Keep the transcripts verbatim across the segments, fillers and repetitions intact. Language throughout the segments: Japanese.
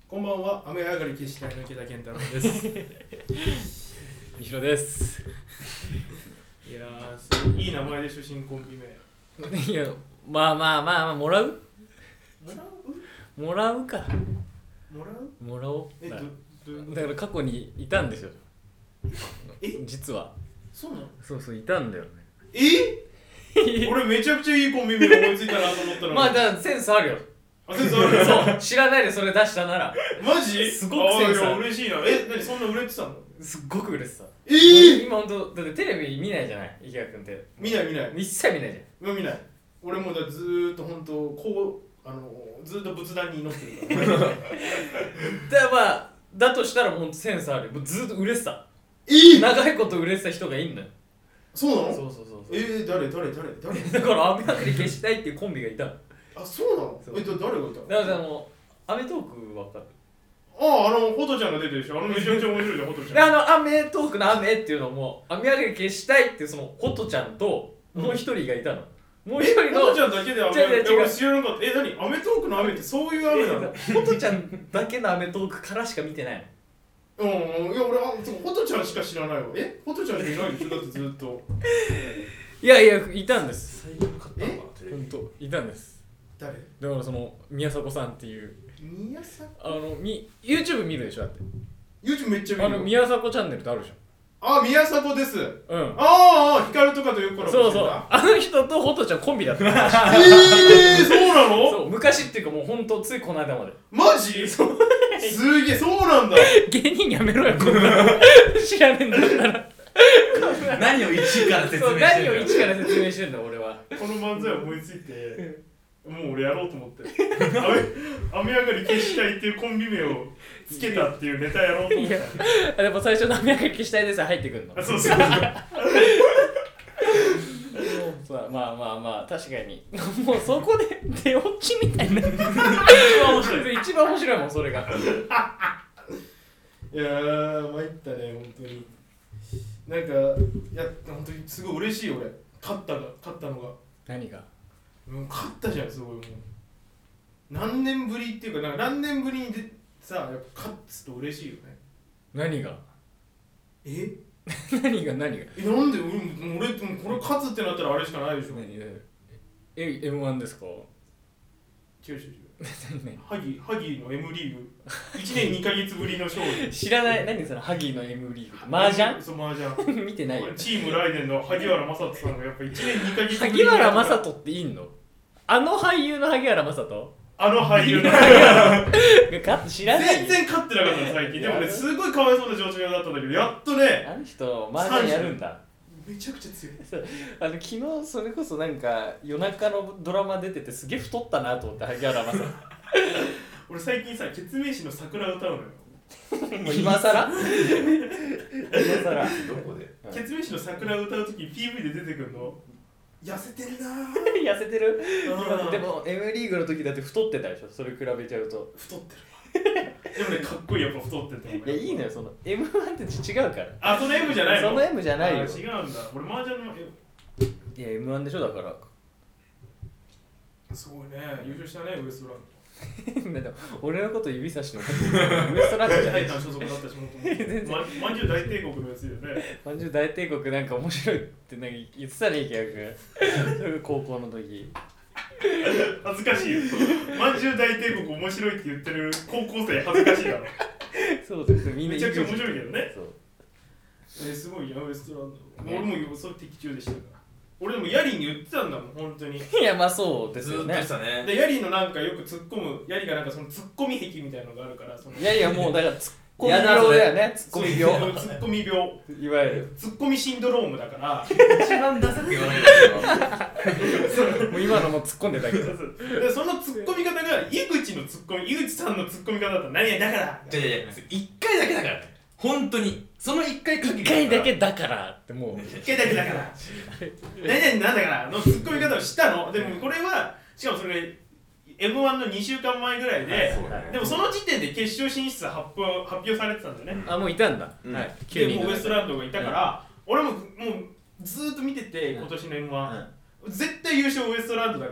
こんばんは、雨上がり決死隊の池田健太郎です。 みひろです。 いやー、すごいいい名前でしょ、新コンビ名。 いや、まあまあまあ、まあ、もらうもらうもらうか。 もらうもらおう。 え、 だど、どういうことだから過去にいたんですよ。 え実は。 そうなのそうそう、いたんだよね。 え俺めちゃくちゃいいコンビ名思いついたなと思ったのに。 まあ、だからセンスあるよ。 あ、センスあるそう、知らないでそれ出したなら。 マジすごくセンスある。 あ、いや嬉しいな。え、何そんな売れてたの？ すっごく嬉しさ。 えー、 今ほんと、だってテレビ見ないじゃない、池谷君って。 見ない見ない。 一切見ないじうん、見ない。俺もだずーっとほんと、こう、あの、ずーっと仏壇に祈ってるから。 ゃん。だからまあ、だとしたらほんとセンスあるよ。もうずっと嬉しさ。 えー、 長いこと嬉しさ人がいんのよ。 そうなの？ そうそうそうそう。 えー、誰誰誰誰だから雨上がり消したいっていうコンビがいたの。 あ、そうなの？ そうえっと、誰がいたの？ だからあの、アメトークわかる？ ああ、あの、ホトちゃんが出てるでしょ。あのめちゃくちゃ面白いじゃん、ホトちで、 ゃん。 あの、アメトークの雨っていうのも、雨上がり消したいっていうその、ホトちゃんと、もう一人がいたの。もう一人の、 ホトちゃんだけで雨、 違う違う違う俺知らなかった。え、何？アメトークの雨ってそういう雨なの？ ホトちゃんだけのアメトークからしか見てないの。 うん、いや、俺は、ホトちゃんしか知らないわ。え、ホトちゃんしかいないでしょ、だってずっと。 いやいや、いたんです。 最近買ったのかな、テレビ。 ほんと、いたんです。 誰？ だからその、宮迫さんっていう、 宮迫？ あの、み、YouTube 見るでしょ、だって。 YouTube めっちゃ見あの、 るよ。 宮迫チャンネルってあるじあ、宮迫です。 ゃん。うん。 ああ、ヒカルとかとよくコラボしてそうそう。あの人とホトちゃんコンビだった。 えー、そうなの？ そう、昔っていうかもうほんと、ついこの間まで。 マジ？ そうすげえ、そうなんだ。 芸人やめろよ、こんなの。知らねえんだったら。 何を一から説明してそう、 る何を一から説明してんだ、俺は。 この漫才思いついて、もう俺やろうと思って雨雨上がり消したいっていうコンビ名をつけたっていうネタやろうと思って。 あ、でも最初の雨上がり消したいです入ってくんの。 あ、そうそうそう。 そうまあまあまあ、確かに。もうそこで出落ちみたいな。一番面白い。 一番面白いもん、それが。 いやー、参ったね、本当に。なんか、いや、本当にすごい嬉しいよ、俺。勝ったが、勝ったのが。 何が？ もう勝ったじゃん、すごいもう。何年ぶりっていうか、なんか何年ぶりにでさ、やっぱ勝つと嬉しいよね。 何が？ え何が何が？ え、なんで、俺、俺、これ勝つってなったらあれしかないでしょ。 何？え、エムワン ですか？ 違う違う違う。 何？ ハギ、ハギの M リーグ。いちねんにかげつぶりの勝利。 知らない。何そのハギーの M リーグ。麻雀？ そう、麻雀。 見てないよ。 チームライデンの萩原正人さんがやっぱいちねんにかげつぶり萩原正人っていんの？あの俳優の萩原正人？ あの俳優の知らない。 全然勝ってなかったの最近。でもね、すごいかわいそうな状況だったんだけど、やっとね、 あの人、麻雀やるんだ。 めちゃくちゃ強い。 あの昨日それこそなんか夜中のドラマ出ててすげえ太ったなと思って萩原正人。 俺最近さ、ケツメイシの桜歌うのよ。 もう今さら今さらどこで？ ケツメイシの桜歌うとき ピーブイ で出てくるの痩せてるなぁ。 痩せてる。 うんでも M リーグの時だって太ってたでしょ、それ比べちゃうと。 太ってるわ。でもね、かっこいい、やっぱ太ってて。 いや、いいのよ、その エムワン って違うから。 あ、その M じゃないの？ その M じゃないよ。 あ、違うんだ。俺麻雀の M。 いや、エムワン でしょ、だから。 すごいね、優勝したね、ウエストランド。 だって俺のこと指さしてもウエストランドじゃないし。 タイタン所属だったし、もともと。まんじゅう大帝国のやつよね。 まんじゅう大帝国なんか面白いってなんか言ってたね、池谷君。高校の時。 恥ずかしいよ。まんじゅう大帝国面白いって言ってる高校生恥ずかしいだろ。 そうです、みんなめちゃくちゃ面白いけどね。 そう。 えー、すごいや、ウエストランド。ね、俺もそれ的中でしたから。俺でもヤリーに言ってたんだもん、本当に。 いや、まあそうですよね。 ずっとしたね。 で、ヤリーのなんかよく突っ込む、ヤリーがなんかその突っ込み癖みたいなのがあるから、そのいやいや、もうだからツッコミやだ病だよね。ツッコミ病。 そうツッコミ病。 いわゆる。 ツッコミシンドロームだから。 一番ダサく言わないんだけど。 もう今のも突っ込んでたけど。 で、その突っ込み方が、井口の突っ込み、井口さんの突っ込み方だったら、何やだからじゃじゃじゃ一回だけだからね。本当に。その一回かけ一回だけだからってもう。 一回だけだから。何々なんだからの突っ込み方をしたの。でもこれは、しかもそれが エムワン のにしゅうかんまえぐらいで、でもその時点で決勝進出発表発表されてたんだよね。 あ、もういたんだ。 うんはい。 で、もうウエストランドがいたから、俺ももうずーっと見てて、今年の エムワン。 絶対優勝ウエストランドだから、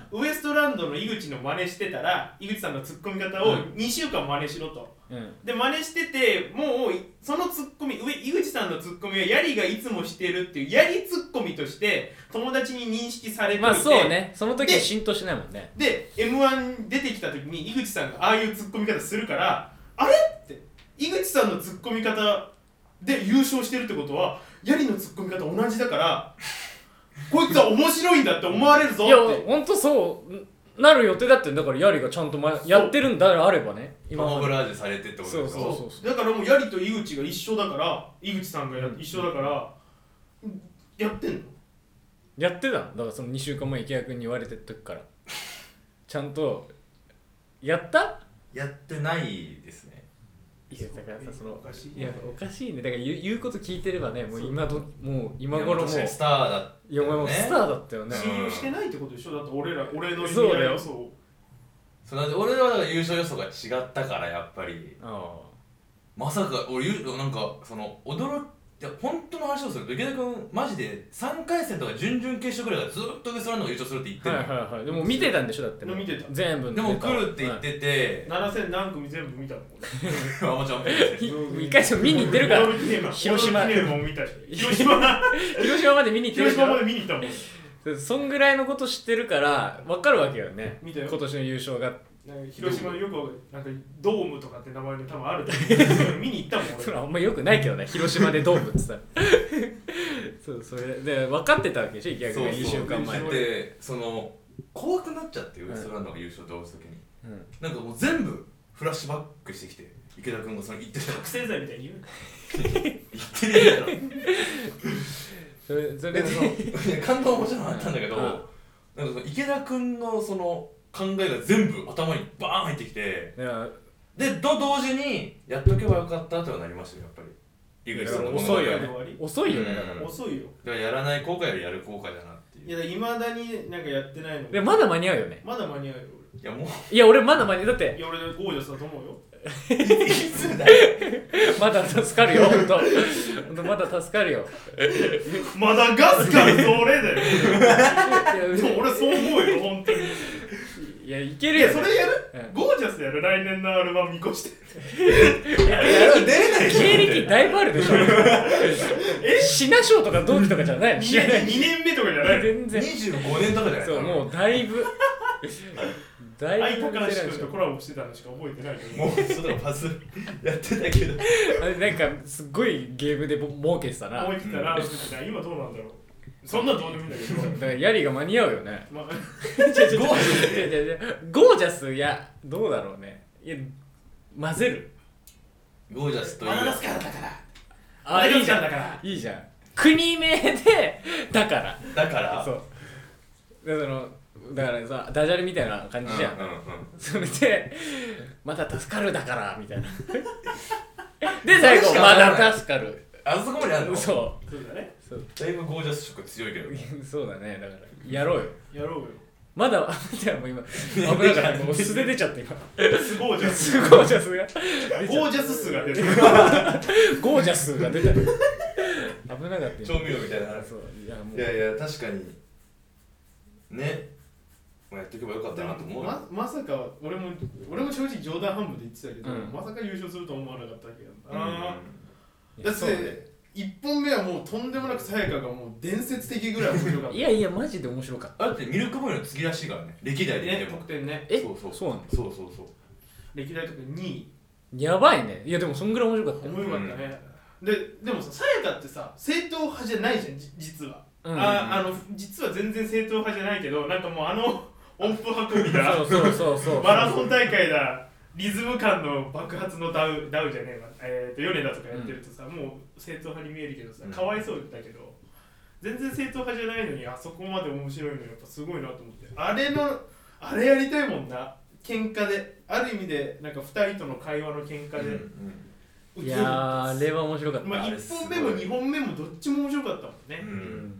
うん、ウエストランドの井口の真似してたら井口さんのツッコミ方をにしゅうかん真似しろと、うん、で真似しててもうそのツッコミ井口さんのツッコミはヤリがいつもしてるっていうヤリツッコミとして友達に認識されていて、 まあそうね、その時浸透しないもんね。 で エムワン 出てきた時に井口さんがああいうツッコミ方するからあれって井口さんのツッコミ方で優勝してるってことはヤリのツッコミ方同じだからこいつは面白いんだって思われるぞって。いやほんとそうなる予定だってんだからヤリがちゃんと、ま、やってるんだあればね今カモフラージュされてってことですか。 そうそうそうだからもうヤリと井口が一緒だから井口さんがや、うん、一緒だからやってんのやってたのだからそのにしゅうかんまえ池谷君に言われてる時からちゃんとやったやってないですね。 いやだからさそのおかしい、いやおかしいね。だから言う、言うこと聞いてればねもう今どもう今頃もうスターだった、 ね、いやお前もスターだったよね。 信用してないってことでしょ。だって俺ら俺の意味合い予想そうだって俺はだから優勝予想が違ったからやっぱりあまさか俺なんかその驚いいや本当の話をすると池田君マジでさんかい戦とか準々決勝ぐらいからずっとウエストランドが優勝するって言ってるの。 はいはいはい。でも見てたんでしょだって、ね、 見てた全部でも来るって言ってて、 はい、なな戦何組全部見たの俺もちろん一回戦見に行ってるから広島も見たし広島広島まで見に行ってる広島まで見に行ったもんそんぐらいのこと知ってるから分かるわけよね。 見たよ今年の優勝が広島よくなんかドームとかって名前で多分ある見に行ったもん俺。 それあんまよくないけどね広島でドームって言ったらそうそれで分かってたわけでしょ逆ににしゅうかんまえでその怖くなっちゃってウエストランドが優勝と押す時に、うん、なんかもう全部フラッシュバックしてきて池田君がその言ってた覚醒剤みたいに言う言ってねえだろそれそれで感動ももちろんあったんだけど、うん、なんかその池田君のその考えが全部頭にバーン入ってきてでと同時にやっとけばよかったとはなりましたよやっぱり井口さんの遅いよね遅いよねだから遅いよだからやらない後悔よりやる後悔だなっていう。 いやいまだになんかやってないのでまだ間に合うよね。 まだ間に合うよいやもういや俺まだ間に合うだっていや俺ゴージャスだと思うよいつだよまだ助かるよほんとほんとまだ助かるよまだガスカルそれだよ俺そう思うよほんとに。 いやいけるよ、ね、 いやそれやる、うん、ゴージャスやる来年のアルバム見越していややる出れない経歴だいぶあるでしょえシナ賞とか同期とかじゃないのにねんめとかじゃない全然にじゅうごねんとかじゃないそうもうだいぶだいぶ高橋君とコラボしてたのしか覚えてないけどもうそうだパズルやってたけどあれなんかすっごいゲームで儲けてたな儲けてたな、うん、今どうなんだろうそんなどうでもいいんだけどだからヤリが間に合うよね、まあ、ゴージャスいやどうだろうねいや混ぜるゴージャスといいマダガスカルだからあいいじゃんだからいいじゃん国名でだからだからそうだからだからさダジャレみたいな感じじゃん、うんうんうん、それでまた助かるだからみたいなで最後まだ助かるあそこまであるのそうそうだねだいぶゴージャス色強いけどそうだねだからやろうよやろうよまだじゃあもう今危なかったもう素で出ちゃって今スゴージャススゴージャスがゴージャス数が出てるゴージャスが出てる危なかった調味料みたいな話そういやもういやいや確かにねやっておけばよかったなと思うま, まさか俺も俺も正直冗談半分で言ってたけど、うん、まさか優勝すると思わなかったわけどな、うん、だっていっぽんめはもうとんでもなくさやかがもう伝説的ぐらい面白かったいやいやマジで面白かっただってミルクボーイの次らしいからね歴代でね得点ねえそうそうそうなんだそうそうそう歴代得点にいやばいねいやでもそんぐらい面白かった面白かったね、うん、ででもささやかってさ正統派じゃないじゃん実は、うんうん、ああの実は全然正統派じゃないけどなんかもうあの音符運びだそうそうそうそうマラソン大会だリズム感の爆発のダウダウじゃねえわ、えー、と米田とかやってるとさ、うん、もう正統派に見えるけどさ、かわいそうだけど全然正統派じゃないのにあそこまで面白いのやっぱすごいなと思ってあれのあれやりたいもんな喧嘩である意味でなんかふたりとの会話の喧嘩で、うんうん、いやーあれは面白かった、 まあ、いっぽんめもにほんめもどっちも面白かったもんね、うん、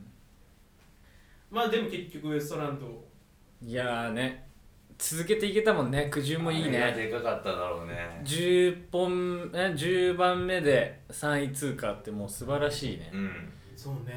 まあでも結局ウエストランドいやーね続けていけたもんね苦渋もいいねあれがでかかっただろうねじゅっぽんえじゅうばんめでさんい通過ってもう素晴らしいね、 うん、 そうね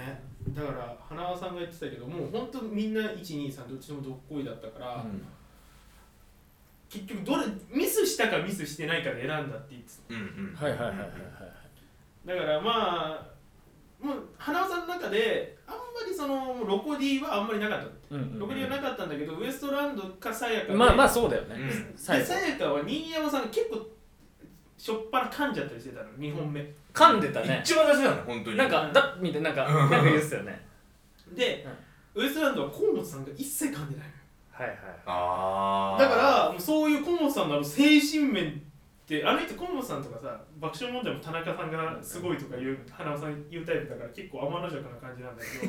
だから花輪さんが言ってたけど、もう本当みんないちにさんどっちでもどっこいだったから、うん、結局どれミスしたかミスしてないかで選んだって言ってた。うんうん、はいはいはいはいはい。だからまあもう花輪さんの中であんまりそのロコディはあんまりなかった、うんうんうん、ロコディはなかったんだけど、ウエストランドかさやかで、 まあまあそうだよね、 うん、でさやかは新山さんが結構しょっぱな噛んじゃったりしてたの、にほんめ噛んでたね、 一番大事だね本当に、 なんかだみたいな、なんかなんか言ってたよねで、うん、ウエストランドは河本さんが一切噛んでないのよ。 はいはい、 あだからもうそういう河本さんのあの精神面ってあの人河本さんとかさ、爆笑問題も田中さんがすごいとか言う花輪さん言うタイプだから結構天の弱な感じなんだけ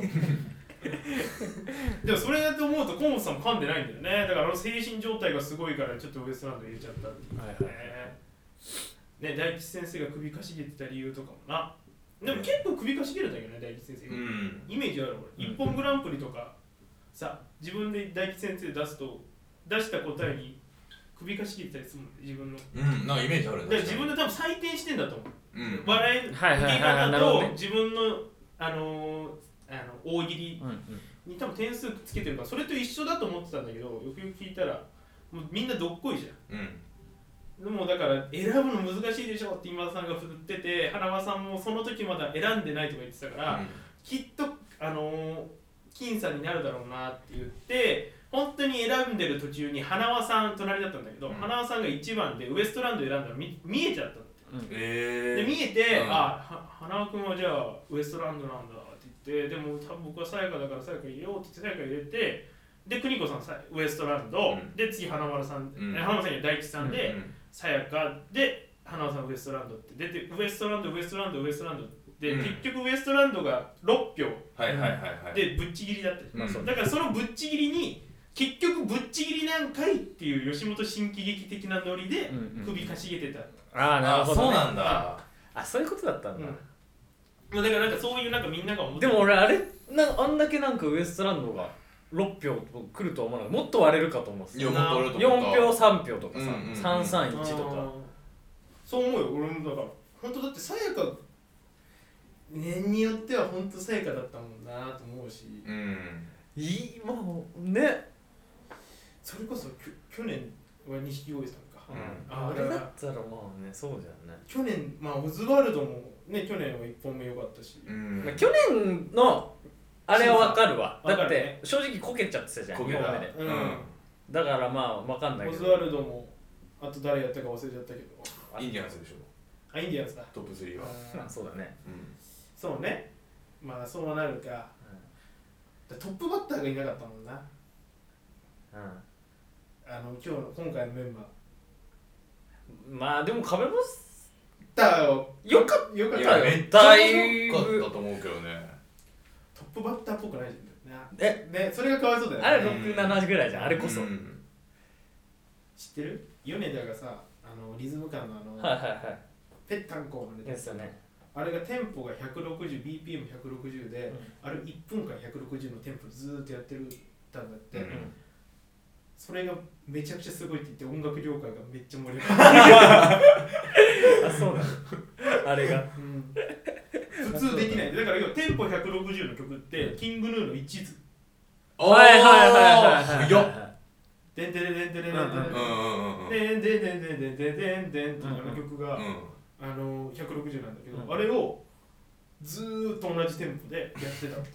どでもそれだと思うと河本さんも噛んでないんだよね。だからあの精神状態がすごいからちょっとウエストランド入れちゃったっていう、はいはいね、大吉先生が首かしげてた理由とかもな。でも結構首かしげるんだけどね、大吉先生、うん、イメージある俺、一本グランプリとかさ、自分で大吉先生出すと出した答えに首かしげてたりするもん、自分の。 うん、なんかイメージあるね。 だから自分で多分採点してんだと思う。うん、笑い、 はいはいはい、 方と自分の、あのー、あの大喜利に多分点数つけてるから、それと一緒だと思ってたんだけど、よくよく聞いたら、もうみんなどっこいじゃん。うんでもだから選ぶの難しいでしょって今田さんが振ってて、花輪さんもその時まだ選んでないとか言ってたから、うん、きっとあのー、僅差になるだろうなって言って本当に選んでる途中に花輪さん隣だったんだけど、うん、花輪さんがいちばんでウエストランド選んだら 見, 見えちゃったんだって、うんえー、で見えて、うん、あ花輪君はじゃあウエストランドなんだって言って、でも多分僕はさやかだからさやか入れようって言ってさやか入れて、で邦子さんさウエストランド、うん、で次花丸さん、うん、花丸さんには大吉さんで、うんさやかで花輪さんウエストランドって出て、ウエストランドウエストランドウエストランドで、うん、結局ウエストランドがろっぴょうでぶっちぎりだった、うん、だからそのぶっちぎりに結局ぶっちぎりなんかいっていう吉本新喜劇的なノリで首かしげてた、うんうん、 ああなるほど、ね、 そうなんだ、 あそういうことだったんだ、 うん、だからなんかそういうなんかみんなが思ってでも俺あれなあんだけなんかウエストランドがろっぴょう来るとは思わない。もっと割れるかと思うんですよ。よんぴょうさんぴょうとかさ、うんうん、さんさんいちとか。 そう思うよ。俺もだから本当だってさやか年によっては本当さやかだったもんなと思うし、うん、 いいまあね、 それこそ去年は錦鯉さんか、 うん、あ, あれだったらまあねそうじゃんね。 去年まあオズワルドもね去年はいっぽんめ良かったし、 うん、去年のあれは分かるわ。だって正直こけちゃってたじゃん、にほんめで、うん、だからまあ分かんないけど、 オズワルドもあと誰やったか忘れちゃったけど、 インディアンスでしょ。 あ、インディアンスだ、 トップスリーは。 あそうだね、うん、 そうね、まあそうなるか、うん、だトップバッターがいなかったもんな、うん、あの今日の今回のメンバー、まあでも壁もだよよかったよかったよ、 めっちゃ良かったと思うけどね。 トップバッターっぽくないじゃんね。え、ね、それがかわいそうだよね。 あれろく、ななぐらいじゃん、あれこそ。うん、 知ってる？米田がさ、あのリズム感のあの、 はいはいはい、 ぺったんこまでですよね。 あれがテンポがひゃくろくじゅう、ビーピーエムひゃくろくじゅう で、うん、あれいっぷんかんひゃくろくじゅうのテンポずーっとやってるたんだって、うん、それがめちゃくちゃすごいって言って音楽業界がめっちゃ盛り上がってあ、そうなのあれが、 うん普通できない。だからテンポひゃくろくじゅうの曲ってキングヌーの一途。 はいはいはいはいはい。よっ。 でんでんでんでんでんでんでんでんでんでんでんでんでんでんでんっていう曲があのひゃくろくじゅうなんだけど、あれをずーっと同じテンポでやってたって。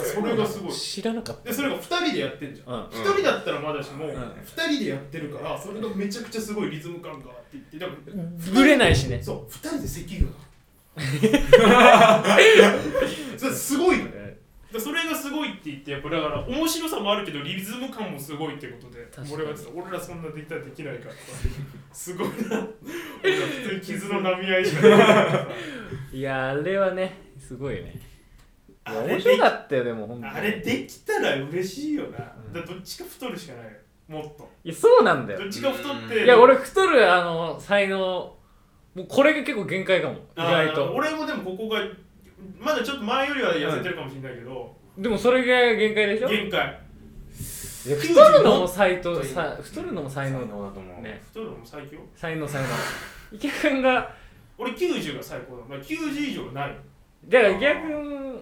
それがすごい。 知らなかった。 でそれがふたりでやってんじゃん。ひとりだったらまだしもふたりでやってるから、それがめちゃくちゃすごいリズム感があって言って、だからぶれないしね。 そう、ふたりで咳が。それすごいよね。それがすごいって言って、やっぱだから面白さもあるけどリズム感もすごいってことで、俺は俺らそんなできたらできないからすごいな。俺ら普通に傷の波合いしかないからさ。 いやあれはねすごいね。面白かったよ。でも本当にあれできたら嬉しいよな。だどっちか太るしかないよ。もっと。 いやそうなんだよ。 どっちか太って。 いや俺太るあの才能。もうこれが結構限界かも。意外と俺もでもここがまだちょっと前よりは痩せてるかもしれないけど、 うん、でもそれが限界でしょ。 限界。 太るのも才能、太るのも才能だと思うね。 太るのも最強。 才能才能。池君が俺きゅうじゅうが最高だ。まあきゅうじゅう以上ない。 だから池君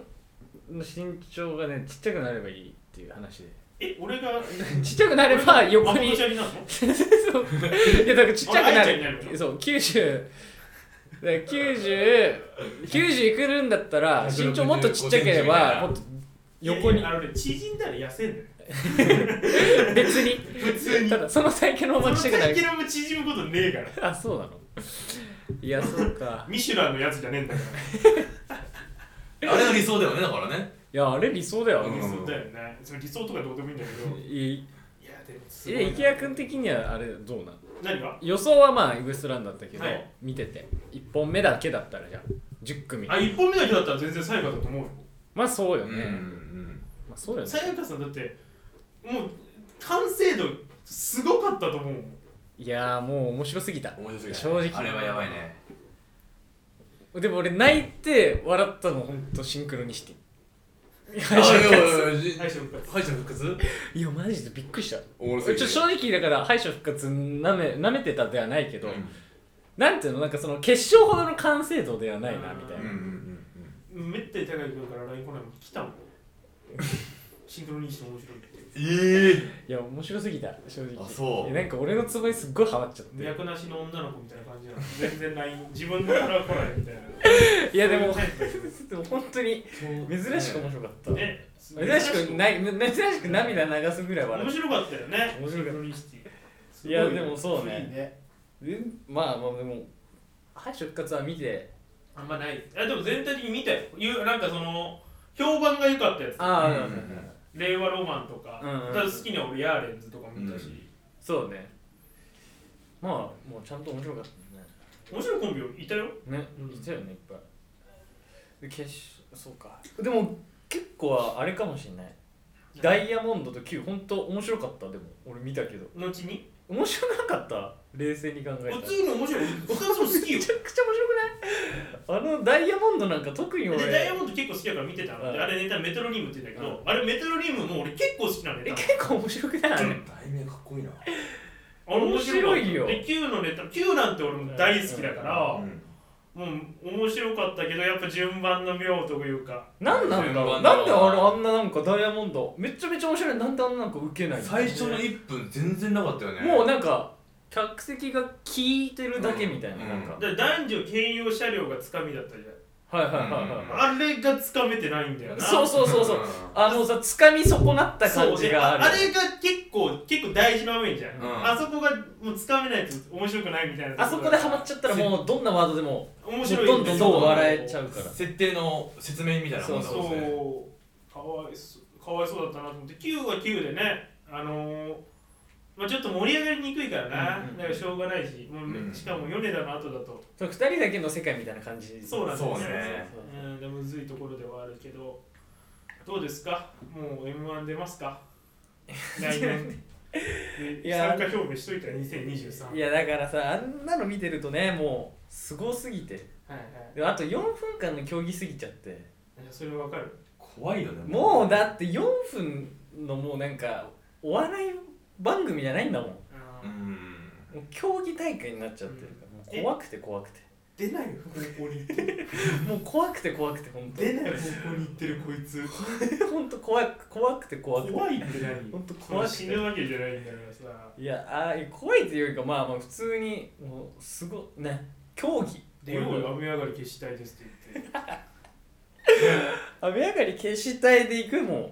の身長がねちっちゃくなればいいっていう話でえ俺がちっちゃくなれば横にそういやだからちっちゃくなるそうきゅうじゅうだからきゅうじゅう、きゅうじゅういくるんだったら身長もっとちっちゃければもっと横にいやいやあのね縮んだら痩せんのよ別に普通にただそのサイケロもちっちゃくなるそのサイケロも縮むことねえからあそうなのいやそうかミシュランのやつじゃねえんだからあれが理想だよねだからねいやあれ理想だよ、 理想だよねそれ理想とかどうでもいいんだけどいいやでもすごいえ池谷君的にはあれどうなの何が予想はまあウエストランだったけど、 はい、 見てていっぽんめだけだったらじゃあじゅっくみあいっぽんめだけだったら全然さやかだと思うよまあそうよね、 うんうんまあそうよねさやかさんだってもう完成度すごかったと思うもんいやーもう面白すぎた面白すぎた正直あれはやばいねでも俺泣いて笑ったのほんとシンクロニシティ敗者復敗者復活敗者復活いやマジでびっくりしたおもろすぎてちょ正直だから敗者復活なめなめてたではないけど、 うんなんていうのなんかその決勝ほどの完成度ではないなみたいな、 うんうんうんめったに高い君から ライン 来ないもん来たもんシンクロニシティ面白いってええいや面白すぎた正直あそうえなんか俺のツボにすっごいハマっちゃって脈なしの女の子みたいな感じなの全然 ライン 自分から来ないみたいないやでもそういうタイプだでも本当に珍しく面白かった、 ね珍しくない珍しく涙流すぐらい笑面っ白かったよね面白かったシンクロニシティいやでもそうねいいねでまあまあでも敗者復活は見てあんまないあでも全体的に見たよいうなんかその評判が良かったやつああ、 うんうんうん令和ロマンとか、 うんうんただ好きな俺ヤーレンズとか見たし、 そうねまあもうちゃんと面白かった面白いコンビいたよねね、 うんいたよねいっぱいで決勝そうかでも結構あれかもしれないダイヤモンドと Q 本当面白かったでも俺見たけど後に面白なかった冷静に考えたら普通に面白いふたつも好きよめちゃくちゃ面白くないあのダイヤモンドなんか特に俺でダイヤモンド結構好きだから見てたの、 うんであれネタメトロニウムって言うんだけど、 うあれメトロニウムも俺結構好きなネタえ結構面白くないあれ、 うん題名かっこいいなあれ面白いよで Q のネタ Q なんて俺も大好きだから、 うんもう面白かったけどやっぱ順番の妙というかなんなんだろううんなんであれあんななんかダイヤモンドめちゃめちゃ面白いなんであんななんかウケないの最初のいっぷん全然なかったよねもうなんか客席が聞いてるだけみたいな、 うんなんか、 で男女兼用車両がつかみだったじはいはいはいはい、 ゃん、あれがつかめてないんだよなそうそうそうそうあのさつかみ損なった感じがあるそうであれが結構結構大事な面じゃん、 うんあそこがもうつかめないと面白くないみたいなあそこでハマっちゃったらもうどんなワードでも面白いどんどんどんどん笑えちゃうから設定の説明みたいなもんだそうもんねかわいそうかわいそうだったなと思って Q は Q でねあのーまあ、ちょっと盛り上がりにくいからな、 うんうんうんだからしょうがないし、もううんしかも米田の後だとそうふたりだけの世界みたいな感じそうなんですよそうねうん、でむずいところではあるけどどうですかもう エムワン 出ますか来年いや参加表明しといたらにせんにじゅうさんいやだからさあんなの見てるとねもうすごすぎてはいはいであとよんふんかんの競技すぎちゃっていやそれわかる怖いよねもうだってよんふんのもうなんかお笑い番組じゃないんだもんもあーうんう競技大会になっちゃってるから、もう怖くて怖くて出ない方向に行ってるもう怖くて怖くて本当出ない方向に行ってるこいつ本当怖く怖くて怖くて怖いって何ほんと怖くて死ぬわけじゃないんだからさいやあー怖いっていうかまあまあ普通にもうすごいね競技でよう雨上がり消したいですって言って雨上がり消したいで行くもん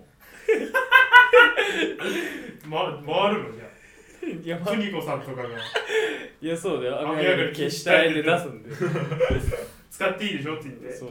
ま、回るのじゃいや、 あ邦子さんとかがいやそうだよ雨上がり消したいで出すんで使っていいでしょって言ってそう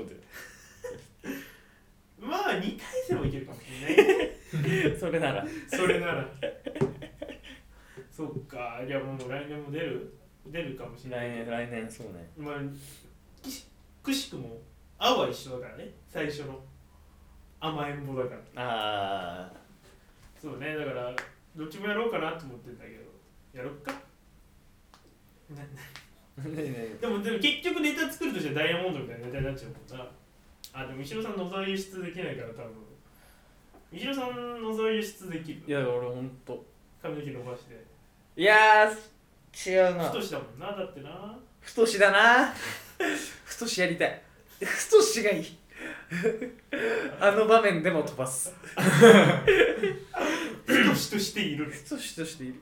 まあにかい戦もいけるかもしれないだよそれならそれならそっかいやもう来年も出る出るかもしれない来年来年そうねまあきしくしくも青は一緒だからね最初の甘えん坊だからああそうねだからどっちもやろうかなと思ってんだけどやろっかなねねでもでも結局ネタ作るとしてはダイヤモンドみたいなネタになっちゃうもんなあでも石野さん覗い輸出できないから多分石野さん覗い輸出できるいや俺ほんと髪の毛伸ばしていやー違うな太しだもんなだってな太しだな太しやりたい太しがいいあの場面でも飛ばす人しとしている人しとしている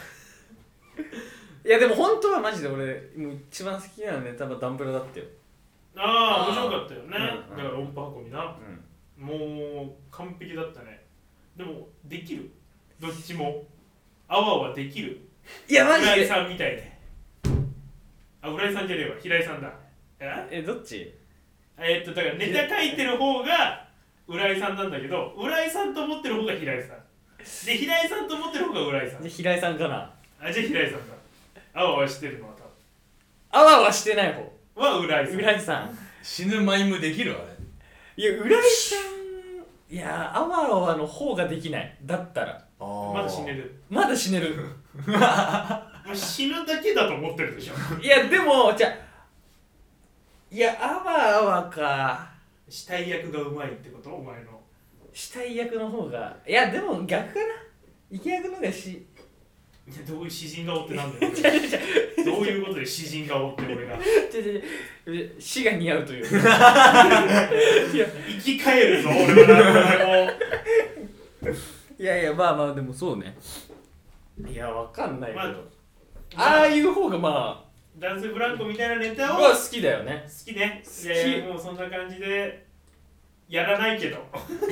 いやでも本当はマジで俺もう一番好きなネタはダンブラだったよ。 ああ面白かったよね、 うん、 だから音波運びな、 うん、 もう完璧だったね。でもできるどっちもアワはできる。 いやマジで浦井さんみたいで、あ浦井さんじゃねえわ平井さんだ。ええどっちえー、っとだからネタ書いてる方が浦井さんなんだけど、浦井さんと思ってる方が平井さんで、平井さんと思ってる方が浦井さん。 で平井さんかな。 あじゃあ平井さんだ。アワはしてるのは多分アワはしてない方は浦井さん。 浦井さん死ぬマイムできるあれ。 いや浦井さんいやアワはの方ができない。だったらまだ死ねる。 まだ死ねるもう死ぬだけだと思ってるでしょいやでもじゃいやアワアワか死体役がうまいってことお前の。 死体役の方がいやでも逆かな。生き役の方がしいやどういう詩人顔ってなんだよどういうことで詩人顔って俺がちょちょ死が似合うといういや生き返るぞ俺は何でもいやいやまあまあでもそうね。いやわかんないけど、まあ、 まあ、 ああいう方がまあ男性ブランコみたいなネタをは好きだよね。 好きね。いやいやもうそんな感じでやらないけど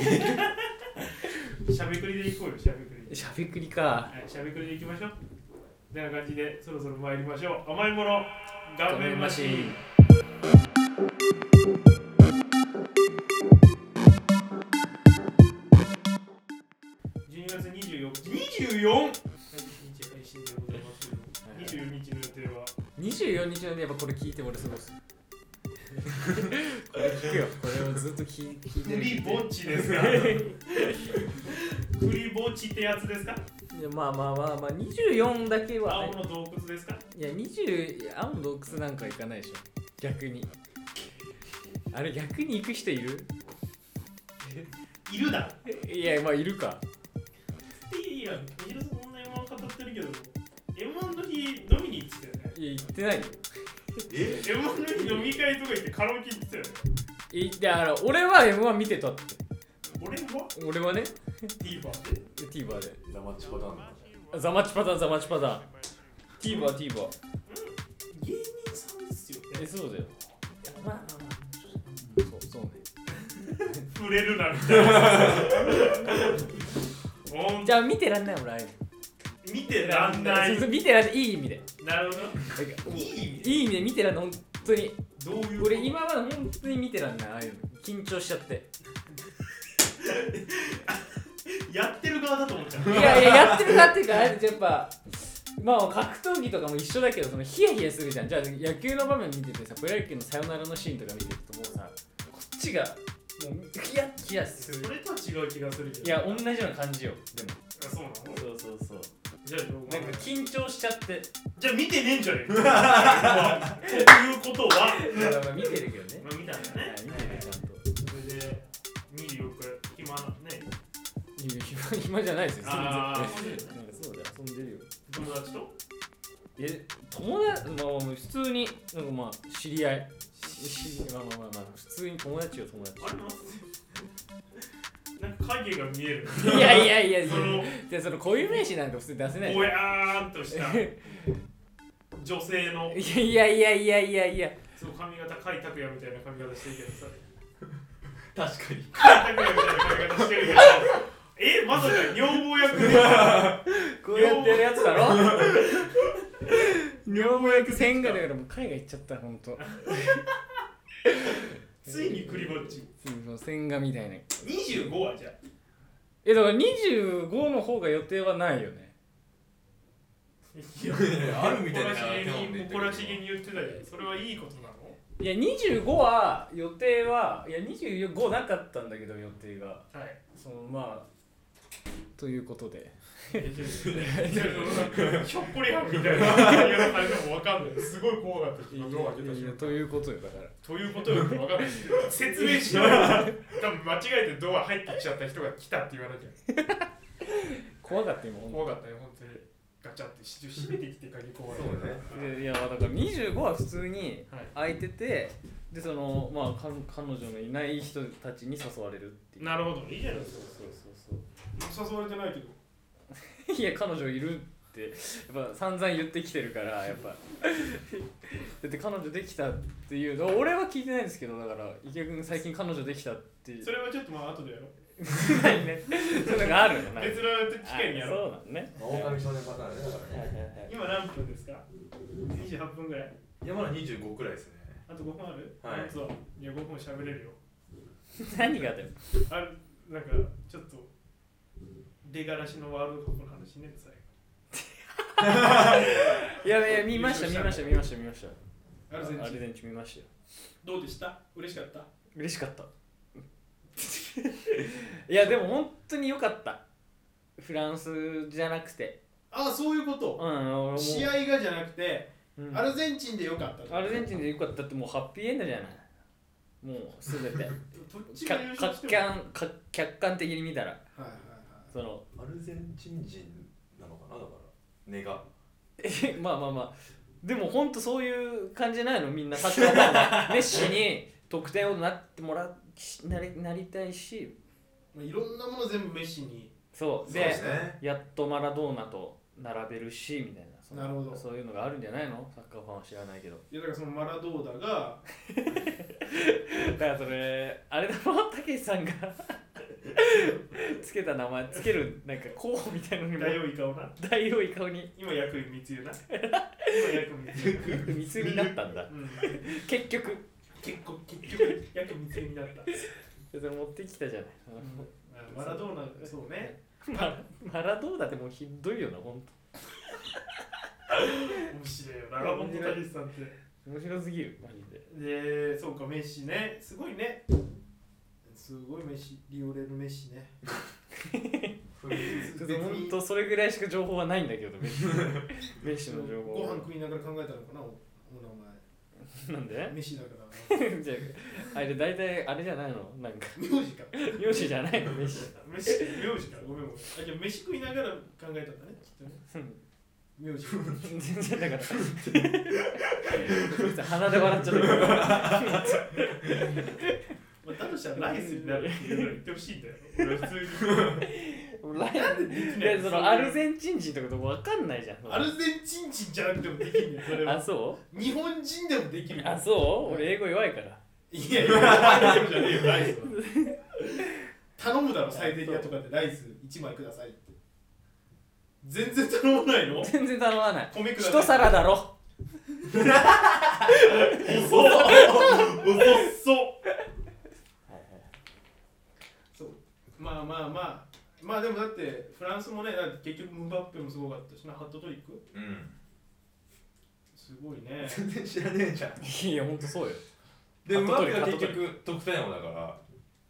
しゃべくりでいこうよ。しゃべくりしゃべくりか。 はい、しゃべくりでいきましょう。てな感じでそろそろ参りましょう。甘いもの画面マシーン。じゅうにがつにじゅうよっかにじゅうよん日配信でございますけど、にじゅうよっかの予定はにじゅうよっかのやっぱこれ聞いて俺過ごすこれ聞くよ。これをずっと聞いてる。 クリぼっちですかクリぼっちってやつですか。 いやまあまあまあまあにじゅうよんだけは、 ね、青の洞窟ですか。 いやにじゅう青の洞窟なんか行かないでしょ逆に。あれ逆に行く人いるいるだ。 いやまあいるか。 いやいやいるぞ。こんな エムワン 語ってるけど エムワン の日飲みに行ってたよね。 いや行ってないよ。 え エムワン の日飲み会とか行ってカラオケ行ってたよね。 いだから俺は エムワン 見てたって。 俺は俺はね TVer で TVer でザマッチパターンザマッチパターンザマッチパターン TVer TVer 芸人さんですよね。 えそうだよ。まあまあまあそうそうね触れるなみたいなじゃあ見てらんない俺あれ見てらんない。 見てらんないいい意味で。 なるほど。いい意味で。 いい意味で見てらんない本当に。 どういう俺今まで本当に見てらんないああいうの緊張しちゃってやってる側だと思っちゃう。 いやいややってる側っていうかあれやっぱまあ格闘技とかも一緒だけどそのヒヤヒヤするじゃん。じゃあ野球の場面見ててさプロ野球のサヨナラのシーンとか見てるともうさこっちがもうヒヤヒヤする。 それとは違う気がするけど。 いや同じような感じよでも。 あそうなの。 そうそうそう。 じゃあなんか緊張しちゃってじゃあ見てねえんじゃねえかということはまあ見てるけどね。 まあ見たんだね。 見てるちゃんと。 それでにじゅうよっか暇なね。 暇暇じゃないですよ。 ああそうだよ遊んでるよ。 友達とえ友達まあ普通になんかまあ知り合いしまあまあまあまあ普通に友達よ友達。 あれなんか影が見える。 いやいやいやそのじゃその固有名詞なんか普通に出せない。 ぼやーんとした女性のいやいやいやいやいやその髪型甲斐拓也みたいな髪型してるけどさ。 確かに甲斐拓也みたいな髪型してるけどえまさか女房役でこうやってやるやつだろ女房役千賀だからもう海外行っちゃったほんとついにクリぼっち千賀みたいな。 にじゅうごはじゃあえだからにじゅうごの方が予定はないよね。 いやあるみたいな誇らしげに言ってたけどそれはいいことなの。 いやにじゅうごは予定はいやにじゅうごなかったんだけど予定がはいそのまあということでひょっこりはんみたいな感じも分かんない。すごい怖かった。ドア開けた瞬間ということよだからということよく分かんない。説明しない。多分間違えてドア入ってきちゃった人が来たって言わなきゃ。 怖かった今怖かったよ本当に。ガチャって閉めてきて鍵怖い。 そうね。 いやだからにじゅうごは普通に空いてて、 でそのまあ彼女のいない人たちに誘われるっていう。 なるほど、いいじゃないですか。 そうそうそう誘われてないけどいや彼女いるってやっぱ散々言ってきてるからやっぱだって彼女できたっていうの俺は聞いてないんですけど、だから池谷君最近彼女できたってそれはちょっとまあ後でやろうないねそういうのがあるの別の機会にやろう。 そうなんね。 狼少年パターンねだからね。 今何分ですか？にじゅうはっぷんぐらい。 いやまだにじゅうごくらいですね。 あとごふんある？ はい。 そういやごふん喋れるよ何がだよ。 あるなんかちょっと出がらしのワールドカップの話ね最後いやいや見ました見ました見ました見ました。 アルゼンチンアルゼンチン見ましたよ。 どうでした？嬉しかった？ 嬉しかったいやでも本当に良かった。フランスじゃなくて。 ああそういうこと、 うん、 試合がじゃなくて、 うん、 アルゼンチンで良かった。 アルゼンチンで良かったってもうハッピーエンドじゃない。もうすべて客観的に見たら、はいはいはい、そのアルゼンチン人なのかなだから根がえまあまあまあでも本当そういう感じじゃないのみんなサッカーファンはメッシに得点をなってもらなりなりたいし、 いろんなもの全部メッシにそうで、ね、やっとマラドーナと並べるしみたいな。 なるほど。 そういうのがあるんじゃないの？サッカーファンは知らないけど。 いやだからそのマラドーナがだからそれあれだろたけしさんがつけた名前つけるなんか候補みたいなのにも大王イカをな大王イカに今役に密輸な今役密輸密輸になったんだ、うん、結局結構結局役密輸になったそれ持ってきたじゃない、 うん、マラドーナそうねマ, マラドーナってもうひどいよなほんと面白いよな本当たけしさんって面白すぎるマジで。でそうかメッシねすごいねすごいメッシリオレルメッシねほんとそれぐらいしか情報はないんだけどメッシメッシの情報ご飯食いながら考えたのかなお名前なんでメッシだからじゃああれ大体あれじゃないのなんか名字か名字じゃないのメッシメッシ名字かごめんごめんあじゃあ飯食いながら考えたんだねきっとね名字全然だから鼻で笑っちゃったからまあ、だとしたらライスになるっていうの言ってほしいんだよ。俺は普通に。 ライスそのアルゼンチン人とか分かんないじゃん。 アルゼンチン人じゃなくてもできるんだよ、それは。 あ、そう日本人でもできる。 あ、そう、俺英語弱いから。 いやいや、大丈夫じゃねえよ、ライスは。頼むだろ、サイゼリヤとかでライスいちまいくださいって。全然頼まないの？ 全然頼まない。 米ください。 一皿だろ。 遅っ遅っまあまあまあまあでもだってフランスもねだって結局ムバッペもすごかったしなハットトリックうんすごいね全然知らねえじゃんいやほんとそうよでムバッペは結局得点王だからあ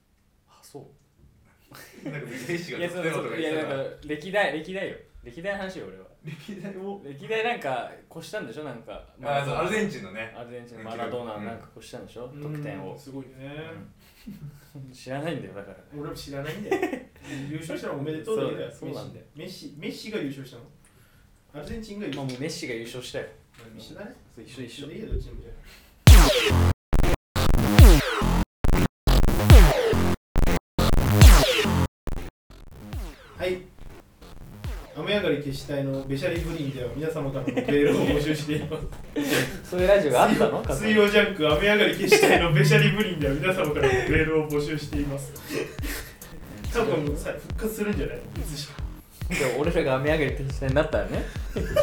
そうなんかメッシが得点王とか言ってたらいやなんか歴代歴代よ歴代の話よ俺は歴代を歴代なんか越したんでしょなんかあそうアルゼンチンのねアルゼンチンのマラドーナなんか越したんでしょ、うん、得点をすごいね、 うん、知らないんだよだから俺も知らないんだよ優勝したらおめでとうだけだよそうなんだよメッシメッシが優勝したのアルゼンチンが優勝まあもうメッシが優勝したよ一緒だね一緒一緒でいいよどっちもじゃはい雨上がり決死隊のベシャリブリンでは皆様からのメールを募集していますそういうラジオがあったの水曜ジャンク雨上がり決死隊のベシャリブリンでは皆様からのメールを募集しています多分さ復活するんじゃないいつしかでも俺らが雨上がり決死隊になったらね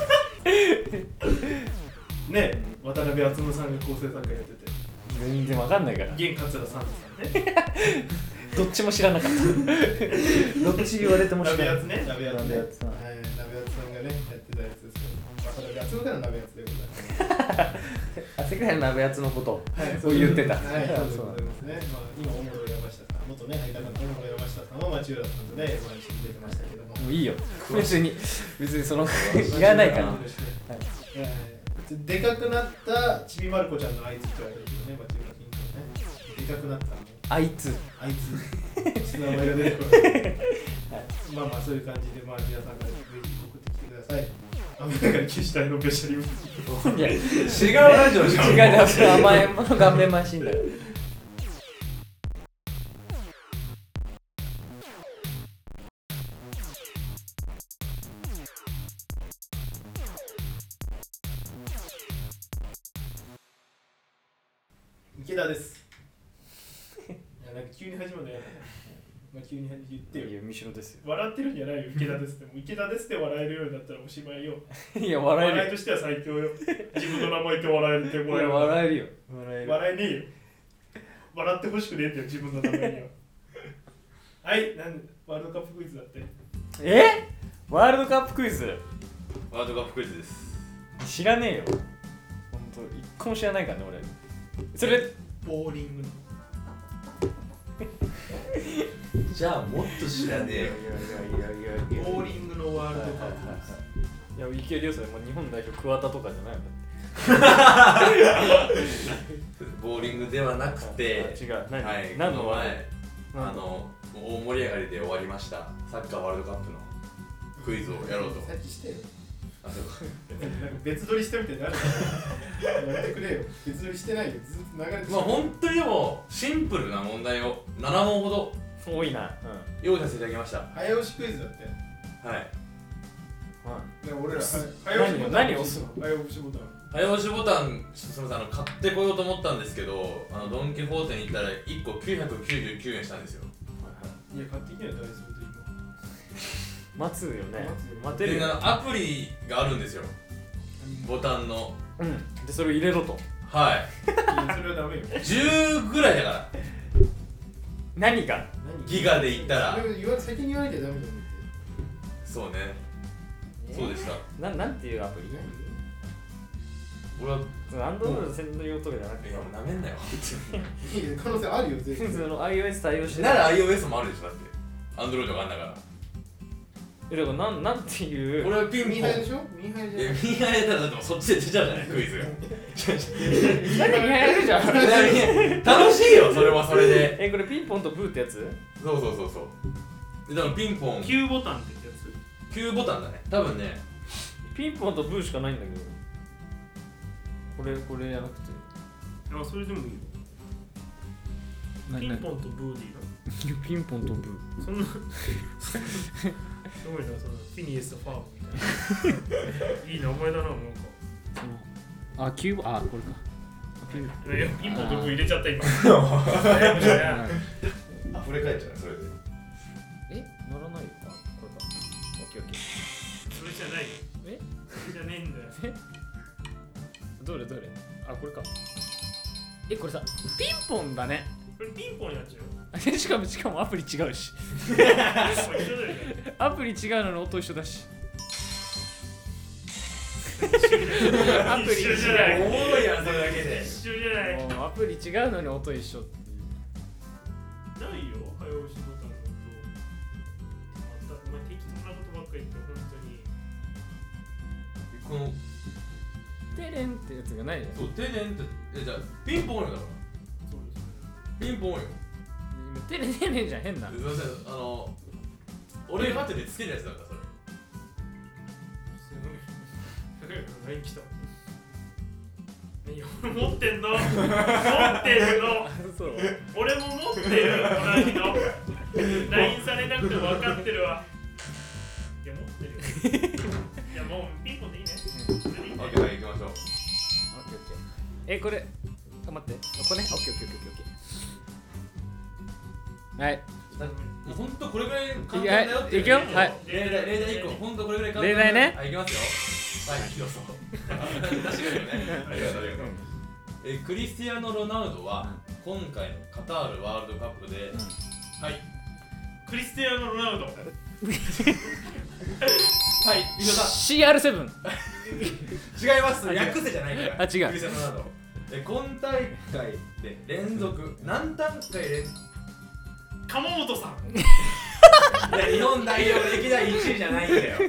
ねえ渡辺篤さんが構成作家やってて全然わかんないから現桂さんさんねどっちも知らなかったどっち言われても知らない鍋やつね鍋やつね鍋やつさんがねやってたやつですけど渡辺篤から鍋やつでございます世界の鍋やつのことをそう言ってたはいそうですねまあ今大室山下さん元ね相方の大室山下さんは町浦さんとね毎週出てましたけどももういいよ別に別にそのいらないからでかくなったちびまる子ちゃんのあいつって言われてるけどね町浦金庫ねでかくなったあいつあいつ名前が出てくる、はい、まあまあそういう感じでまあ皆さんからぜひ送ってきてくださいあの中に消したいのべしゃりいや違違うラジオじゃん。 うだ、それ甘えん坊の顔面マシンだよ。 池田です。いやなんか急に始まるのやだね。まあ急に言ってよ。 いや、三代ですよ。 笑ってるんじゃないよ、池田ですって。もう池田ですって笑えるようになったらおしまいよ。 いや、笑えるよ。 笑いとしては最強よ。自分の名前って笑えてもらえる。 笑えるよ。笑える。 笑えねえよ。笑ってほしくねえんだよ、自分の名前には。はい、なんワールドカップクイズだって。 えワールドカップクイズワールドカップクイズです。 知らねえよ。ほんと、一個も知らないからね、俺。それ、 ボーリングの。 じゃあもっと知らねえよ。 ボーリングのワールドカップ。 いや、いけるよ、それ。もう日本代表、桑田とかじゃないの。 ボーリングではなくて、 違う。何、 はい、 何のこの前、 うんあの、大盛り上がりで終わりましたサッカーワールドカップのクイズをやろうと。 さっきしてよ。 あ、そうか。 なんか別撮りしたみたいになるやめてくれよ。別撮りしてないよ。ずっと流れてまあ本当にでもシンプルな問題をなな問ほど多いな。 用意させていただきました。 早押しクイズだって。 はい。 うん。俺らす早押しボタン。 何を押すの？ 早押しボタン。 早押しボタン、ちょっとすみません、あの買ってこようと思ったんですけど、あのドン・キホーテに行ったらいっこきゅうひゃくきゅうじゅうきゅうえんしたんですよ。 いや、買ってきなよ、ダイソーで待つよね。 待待てるよ。 で、アプリがあるんですよ。ボタンの。 うん。で、それを入れろと。 はい。 今。いや、それはダメよ。 じゅうぐらいだから。 何が？ ギガで言ったら。 それ言わ先に言わなきゃダメだよ。 そうね。そうでした。 な、なんていうアプリ？ 俺は、 アンドロイド専用とかじゃなくて、 なめんなよ。 いい可能性あるよ、全然。 その iOS 対応してなら iOS もあるでしょ、だって。アンドロイドがあんだから。 え、だからなん、なんていう。 俺はピンポン。 ミーハイでしょ？ミーハイじゃない。 いや、ミーハイやったらだってもうそっちで出ちゃうじゃない、クイズが。 なんか見やるじゃん。 楽しいよ、それはそれで。 え、これピンポンとブーってやつ？ そうそうそうそう。で、だからピンポン。 きゅうボタンってやつ。 きゅうボタンだね。多分ね。 ピンポンとブーしかないんだけど。これ、これじゃなくて。 あ、それでもいいよ。ピンポンとブーでいいの？ ピンポンとブー。 そんな。すごいな、そのフィニエスとファームみたいな。いい名前だな、なんか。 あ、キューブ、あ、これか。 ピンいやピンポンとブー入れちゃった今。 溢れ返っちゃうね、それで。 え、乗らないよ。あ、これか。オッケーオッケー。 それじゃないよ。 え？ それじゃねえんだよ。 どれどれ？あ、これか。え、これさ、ピンポンだね。 これピンポンになっちゃう。 しかもしかもアプリ違うし。アプリ違うのに音一緒だし。アプリ一緒じゃない。 おもろいやん、それだけで。 一緒じゃない。 もうアプリ違うのに音一緒っていう。 ないよ、早押しボタンの音。またお前適当なことばっかり言って本当に。 このテレンってやつがないじゃん。 そう、テレンって、え、じゃあ、ピンポンよだから。 そうです。 ピンポンよ。 テレテレンじゃん、変な。 すみません、あの、俺が後でつけるやつだから、それ。 すごい。ライン来た。何俺持ってんの持ってるのそう。 俺も持ってる同じの ライン されなくても分かってるわ。いや、持ってるよ。いや、もうピンポンでいいね。それでいいね。 オッケー、はい、行きましょう。 オッケーオッケー。え、これ、あ、待って。これね。オッケーオッケーオッケーオッケー。はい。 もうほんとこれぐらい簡単だよっていう。 いくよ。はい。 例題、例題いっこ、ほんとこれぐらい簡単例題ね。 はい、いきますよ。はい、どうぞ。確かにね。ありがとう、ありがとう。え、クリスティアーノ・ロナウドは今回のカタールワールドカップで、はい。 クリスティアーノ・ロナウド。 はい、伊藤さん。 シーアールセブン。 違います。訳せじゃないから。 あ、違う。 クリスティアーノ・ロナウド。え、今大会で連続何大会連続鎌本さん。 いや、日本代表歴代いちいじゃないんだよ。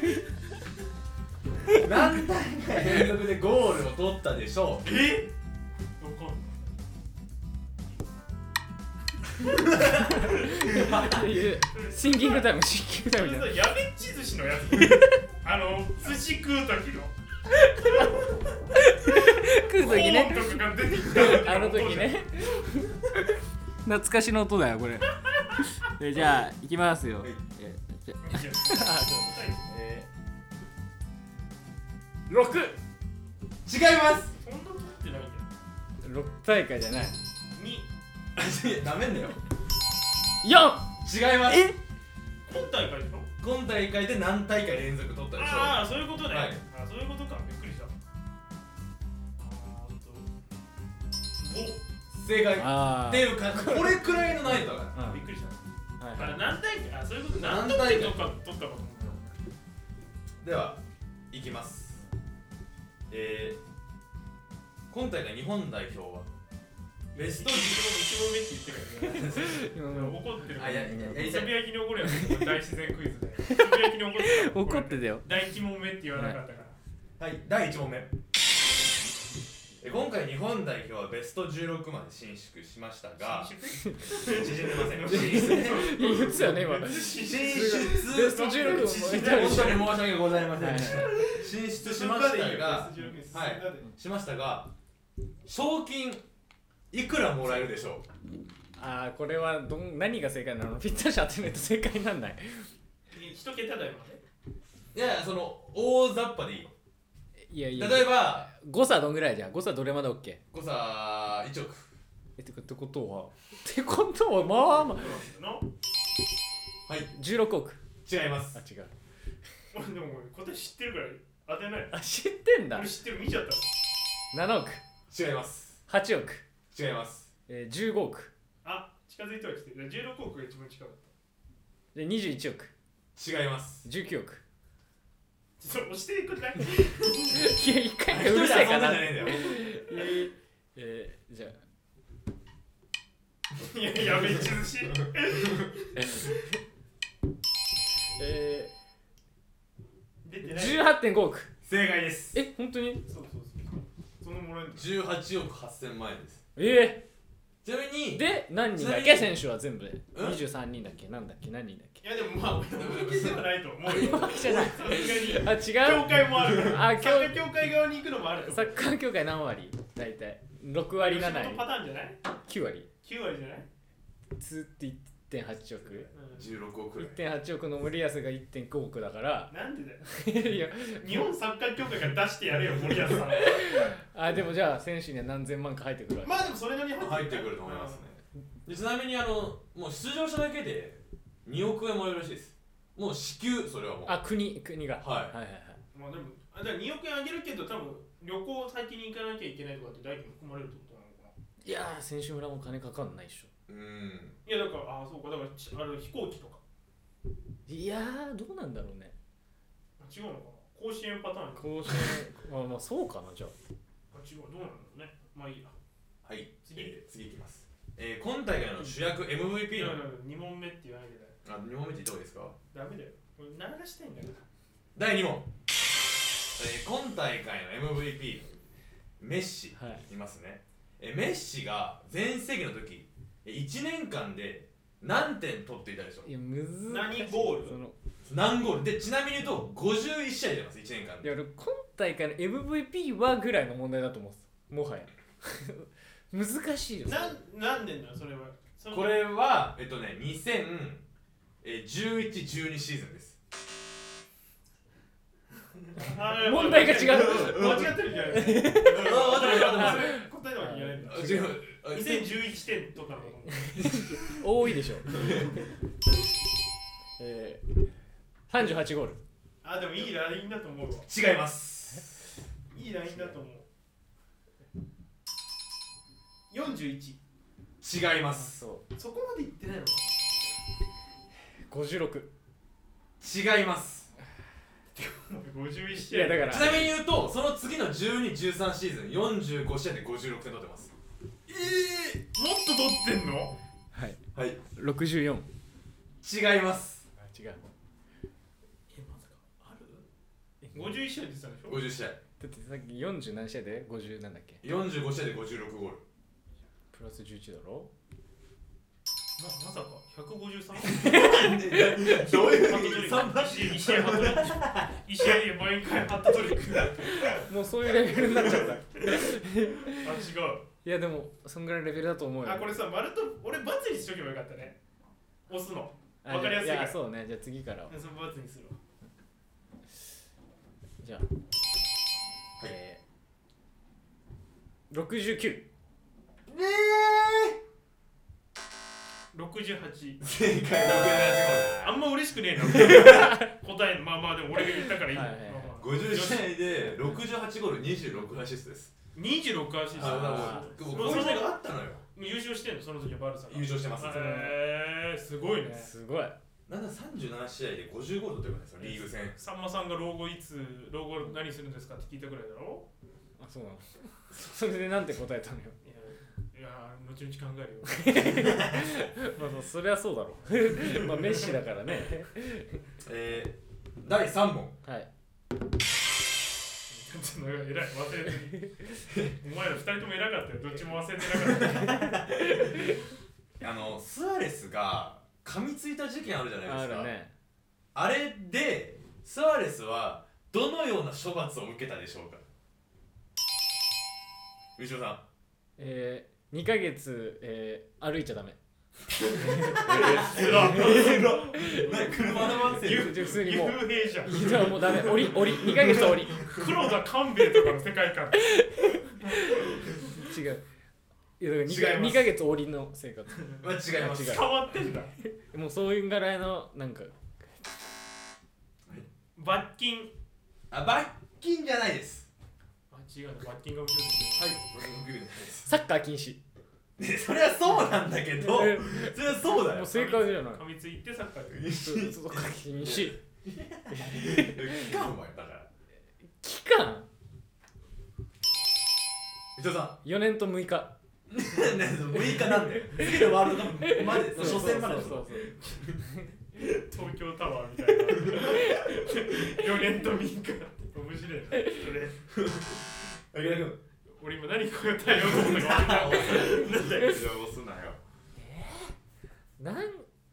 何大会連続でゴールを取ったでしょう。 え？わかんない。 シンキングタイムシンキングタイムじゃん。 やべっち寿司のやつあの寿司食う時の食う時ねコーンとかが出てきたあの時ね懐かしの音だよこれえじゃあいきますよ、はい、えじゃえー、ろく違います。 そんなことってないんだよ。 ろく大会じゃないになめんなよ。 よん違います。 え今大会でしょ。 今大会で何大会連続取ったでしょう。 ああそういうことね、 はい、 あそういうことか。びっくりした。あーとご正解あっていうかこれくらいの難易度だから、 びっくりした。 はいはいあ何大会あそういうこと何何大会大会とか取ったかと思ったよ。 ではいきます。えー、今大会日本代表はベストいち問目って言ってるからね怒ってるから。 あいやいやいやつぶやきに怒るやつ大自然クイズでつぶやきに怒ってた怒ってたよ。 だいいち問目って言わなかったから。 はい、だいいち問目。え今回日本代表はベストじゅうろくまで進出しましたが縮んでません。進出言ってたよね今。 進出ベストじゅうろくも本当に申し訳ございません。 はい進出しましたが、はい、しましたが、賞金いくらもらえるでしょう。 ああこれはどん何が正解なの？ぴったし当てないと正解になんない。 一桁台まで。 いやいやその大雑把でいいよ。 いやいや例えば誤差どんぐらいじゃん。誤差どれまで OK？ 誤差いちおく。 えってってことはってことはまあまあはいじゅうろくおく。 違います。 あ違う。 でも答え知ってるから当てない。 あ知ってんだ。 俺知ってる見ちゃった。 ななおく。 違います。 はちおく。 違います。 えー、じゅうごおく。 あ近づいてはきてる。じゅうろくおくが一番近かった。 でにじゅういちおく。 違います。 じゅうきゅうおく。 ちょっと押してくれない？ いや一回うるせえかな。 えー、えー、じゃあいややべっち寿司え出てない。 ー、じゅうはってんごおく。 正解です。 え本当に？ そうそうそうそのもらえる。 じゅうはちおくはっせんまんえんです。 えちなみにー、で何人だっけ選手は全部でにじゅうさんにんだっけなんだっけ何人だっけ。 いやでもまあ俺の負けではないと思うよ。 じゃないあ違う協会もあるから。 あサッカー協会側に行くのもあると思う。 サッカー協会何割大体ろくわりななわりパターンじゃない？ きゅうわりきゅうわりじゃない？ つって いってんはちおくじゅうろくおくいってんはちおくの森保が いってんごおくだからなんでだよ。 いや日本サッカー協会から出してやれよ森保さん。 あでもじゃあ選手には何千万か入ってくるわけ。 まあでもそれなりに入ってくると思いますね。でちなみにあのもう出場者だけでにおくえんもらえるらしいです。もう支給それはもう。 あ国国が、 はい、 はいはいはい。 まあでもあだからにおくえんあげるけど多分旅行先に行かなきゃいけないとかって代金含まれるってことなのかな。 いやー選手村も金かかんないっしょ。 うん。 いやだからあそうかだからちあれ飛行機とか。 いやーどうなんだろうね。 違うのかな。甲子園パターン。 甲子園あまあそうかなじゃあ。 あ違うどうなんだろうね。まあいいや。 はい。 次、 えー、次いきます。えー、今大会の主役 エムブイピー のに問目って言わないでだよ。 あに問目って言った方がいいですか？ ダメだよ。これ流したいんだから。 だいに問、えー、今大会の エムブイピー メッシ、はい、いますね、えー、メッシが全盛期の時いちねんかんで何点取っていたでしょう？ いやむずい。 何ゴール？ その何ゴールでちなみに言うとごじゅういち試合出ますいちねんかんで。 いや俺今大会の エムブイピー はぐらいの問題だと思うんですもはや難しいよ。 な何年だそれは。そこれはえっとねにせんじゅういち、じゅうにシーズンです。 問題が違う。 間違ってるじゃないですか。答えのわけじゃないんだ。にせんじゅういちてんとかの多いでしょ。えー、さんじゅうはちゴール。 あでもいいラインだと思うわ。 違います。 いいラインだと思う。よんじゅういち。 違います。 そう。そこまでいってないのかな。 ごじゅうろく。 違います。 ごじゅういち試合だから。 ちなみに言うとその次のじゅうに、じゅうさんシーズンよんじゅうごしあいでごじゅうろくてん取ってます。 ええー、もっと取ってんの？ はいはいろくじゅうよん。 違います。 あ違う。 えまさかある？ごじゅういち試合でしたでしょ？ ごじゅう試合。 だってさっきよんじゅう何試合でごじゅうなんだっけ？ よんじゅうご試合でごじゅうろくゴール。 プラスじゅういちだろ？ ままさかひゃくごじゅうさん？ どういうさんばん一試合ハットトリック一試合で毎回ハットトリックもうそういうレベルになっちゃった。あ、違う。いやでもそんぐらいレベルだと思うよ。 あ、これさ、丸と俺バツにしとけばよかったね。押すのわかりやすいから。 いやそうね。じゃあ次からそのバツにするわ。 じゃあ、はい、えー、ろくじゅうきゅう。 ねえろくじゅうはち。 正解ろくじゅうはちゴール。 あんま嬉しくねえな答え。まあまあでも俺が言ったからいい。はいはいはい、 ごじゅう試合でろくじゅうはちゴールにじゅうろくアシストです。 にじゅうろくアシスト。 ああ、もうこれがあったのよ。 優勝してんのその時はバルサが。 優勝してます。 へえー、すごいね。 すごい。 なんださんじゅうなな試合でごじゅうゴールというかね、そのリーグ戦。 さんまさんが老後いつ老後何するんですかって聞いたぐらいだろ。 あ、そうなの。それでなんて答えたのよ。 いやー、後々考えるよ。 まあそれはそうだろう。まあメッシだからね。 えー、だいさん問。 はい。 ちょっと偉い、忘れてる。お前らふたりとも偉かったよ。どっちも忘れてなかった。 あのスアレスが噛みついた事件あるじゃないですか。 あるね。あれでスアレスはどのような処罰を受けたでしょうか。牛尾さん。 えー、にかげつ、えー、歩いちゃダメ。 えら車のワンセン普通にもう幽閉じゃん。 じゃあもうダメ。降り降りにかげつ降り。 黒田官兵衛とかの世界観。 違う。いやだからにかげつ降りの生活。 まあ違います。 変わってんだ。 もうそういうぐらいのなんか罰金。 あ、罰金じゃないです。 あ、違うの。罰金が起きるんですよ。はい。 サッカー禁止。 それはそうなんだけど、それはそうだよ。 もう正解じゃない。 噛みついてサッカー禁止。サッカー禁止。 期間もやったから。 期間？ 伊藤さん。よねんとむいか。 むいかなんで。次のワールドカップまで初戦まで。 そうそうそう。東京タワーみたいな。よねんとむいか。面白いね。それ。 あげらくん。 俺今何答えようと思ったか分かんない。なんで？ 押すなよ。 えー、なん？あ、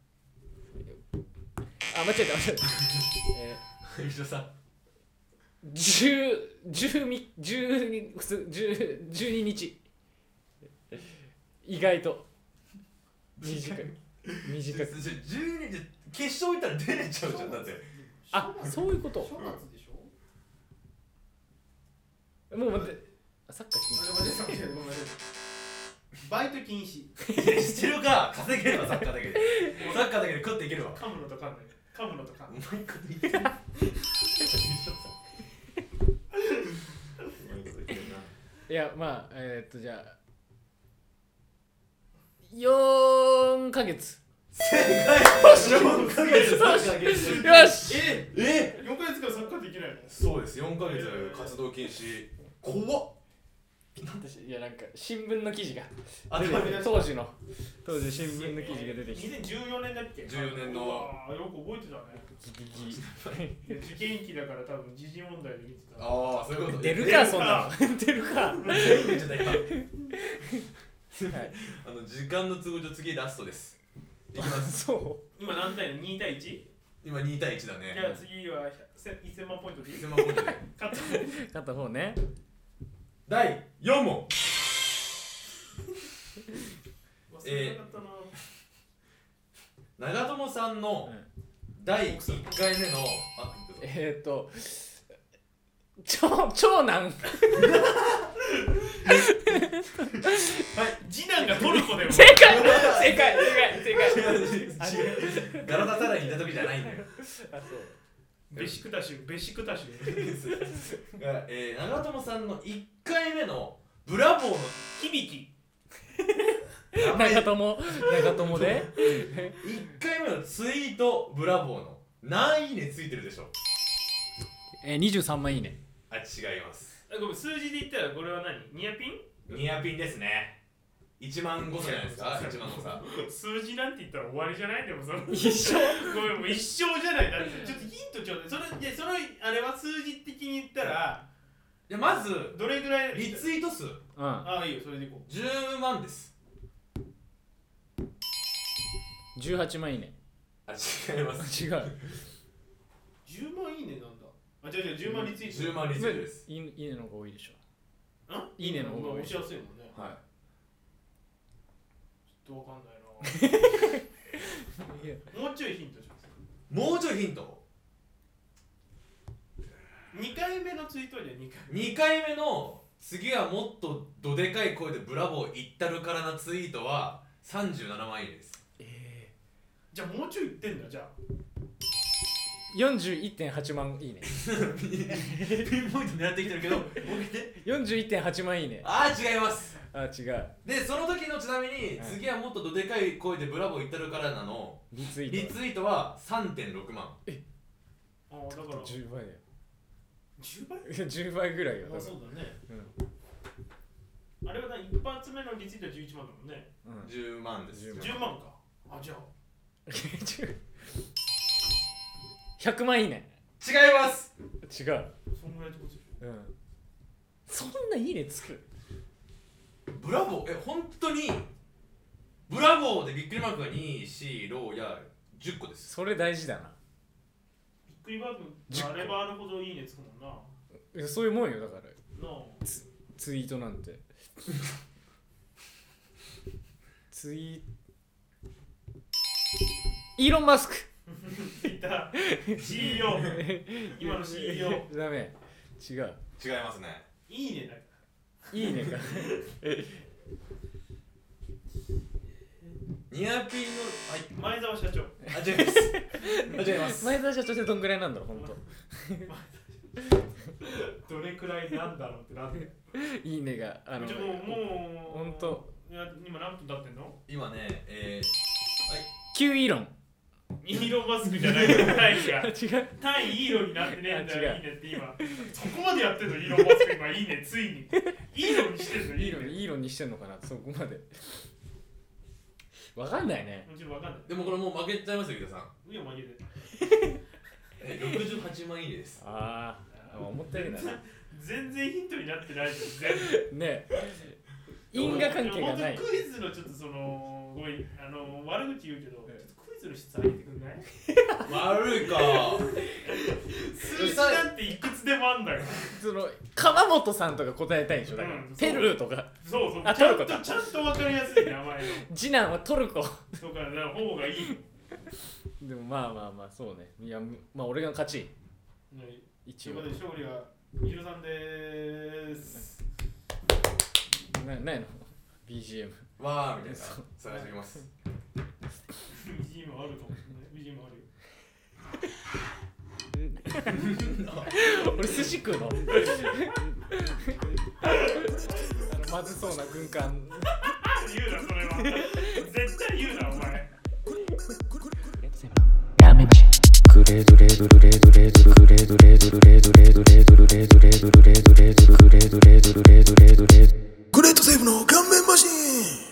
間違えた間違えた。 えー、石田さん。 十十み十二十十二日。意外と短い短く。 十二日決勝行ったら出れちゃうじゃんだって。 あ、そういうこと。 しょがつでしょ？ もう待って。サッカー禁止。 バイト禁止。 してるか、稼げればサッカーだけで。サッカーだけで食っていけるわ。 噛むのと噛んない。噛むのと噛んない。 うまいこと言ってる。 いや、まあ、えー、っと、じゃあ。よんかげつ。 正解。よんかげつ。 よし。 ええ、よんかげつからサッカーできないの？ そうです。よんかげつ活動禁止。怖っ。 いやなんか新聞の記事があ当時の当時新聞の記事が出てきてにせんじゅうよねんだっけ？ じゅうよねんのああよく覚えてたね。ギギギ受験期だから多分時事問題で見てた。 ああそういうこと。 出るかそんなの出るか。 全部じゃないか。はい。あの時間の都合上次ラストです。いきます。 そう。 今何対に対いち？ 今に対いちだね。 じゃあ次はせんまんポイントでいい？ せんまんポイントで。 勝った。 勝った方ね。 だいよん問。 えー、長友さんのだいいっかいめの、あ、 えーっと長長男はい次男がトルコでも正解正解正解正解ガラタサラにいた時じゃないんだよ。 あ、そうベシクタシュベシクタシュえー、長友さんのいっかいめのブラボーの響き長友長友でいっかいめのツイートブラボーの何いいねついてるでしょう？ えー、にじゅうさんまんいいね。 あ、違います。 あ、ごめん、数字で言ったらこれは何？ニアピン？ ニアピンですね。いちまんごじゃないですか。いちまんごさ。 数字なんて言ったら終わりじゃない？でもその一生ごめん、もう一生じゃない。だってちょっとヒントちょうだい。それでそのあれは数字的に言ったら、 いやまずどれぐらいリツイート数。うん。 ああ、いいよ、それでいこう。 じゅうまんです。 じゅうはちまんいいね。 あ、違います。 違う。 じゅうまんいいねなんだ。あ、違う違う、じゅうまんリツイート。 じゅうまんリツイートです。 いいねの方が多いでしょ。 んいいねの方が多い。 押しやすいもんね。 はい。 ちょっとわかんないな。もうちょいヒントします。 もうちょいヒント。 にかいめのツイートでにかいめ。 にかいめの次はもっとどでかい声でブラボー言ったるからなツイートはさんじゅうななまんいいねです。 えー、じゃあもうちょい言ってんだ。じゃあよんじゅういってんはちまんいいね。 ピンポイント狙ってきてるけど、もう一回。 よんじゅういってんはちまんいいね。 あー、違います。 あ、違う。 で、その時のちなみに、次はもっとどでかい声でブラボー言ったるからなのリツイートリツイートは さんてんろくまん。 えああ、だからじゅうばいだよ。 じゅうばいじゅうばいぐらいよ。 あ、そうだね。 うん、 あれは一発目のリツイートはじゅういちまんだもんね。 うん、 じゅうまんです。 じゅうまんか。あ、じゃあひゃくまんいいね。 違います。 違う。 そんぐらいってことでしょ。 うん。そんないいねつく。 ブラボー、え、本当にブラボーでびっくりマークがに、よん、ろやじゅっこです。 それ大事だな。 びっくりマークがあればあるほどいいねつくもんな。 いや、そういうもんよだから。 のツ, ツイートなんて。ツイイーロン・マスク。 いた シーイーオー 今の シーイーオーダメ。違う。 違いますね。 いいねだから。 いいねか。 ニアピーの、 はい、前澤社長。 あ、違います。違います。 前澤社長ってどんぐらいなんだろう、ほんと。 どれくらいなんだろうってなんで。 いいねが、あの、 ちょもう、もう、 ほんと。 いや、今何分経ってんの？ 今ね、えー、はい。 旧イーロン。 イーロンマスクじゃないよ、単位が。 違う。 単位イーロンになってねえんだよ、 違ういいねって今。そこまでやってんの、イーロンマスク今、いいね、ついに。イーロンにしてんの、いいね。 イーロン、イーロンにしてんのかな、そこまで。わかんないね。 もちろんわかんない。 でもこれもう負けちゃいますよ、ギタさん。 いや、負けて。 え、ろくじゅうはちまんいいねです。 ああ、思ったよりだな。 全然ヒントになってないじゃん、全部。 ね因果関係がない。 クイズのちょっとその、ごめん、あの、悪口言うけど、クイズの質上げてくんない？ 悪いか。 数字なんていくつでもあんだよ。 その、鎌本さんとか答えたいんでしょ、だから。 うん、 ペルーとか。 そうそう、 あ、 ちゃんとトルコか。 ちゃんとわかりやすい名前の。 次男はトルコ。 とかの方がいい。 でもまあまあまあ、そうね。いや、まあ俺が勝ち。 一応。ということで勝利は、ヒロさんでーす。 な、ないの ビージーエム。 わーみたいな。探してみます。 ビージーエム あるかもしれない。ビージーエム あるよ。 俺寿司食うのあのまずそうな軍艦。 言うな、それは。絶対言うな、お前。 ラーメン飯。グレドレドルレドレドルグレドレドルレドレドレドルレドレドルレドレドルグレドレドルレドレドレグレートセーブの顔面マシーン。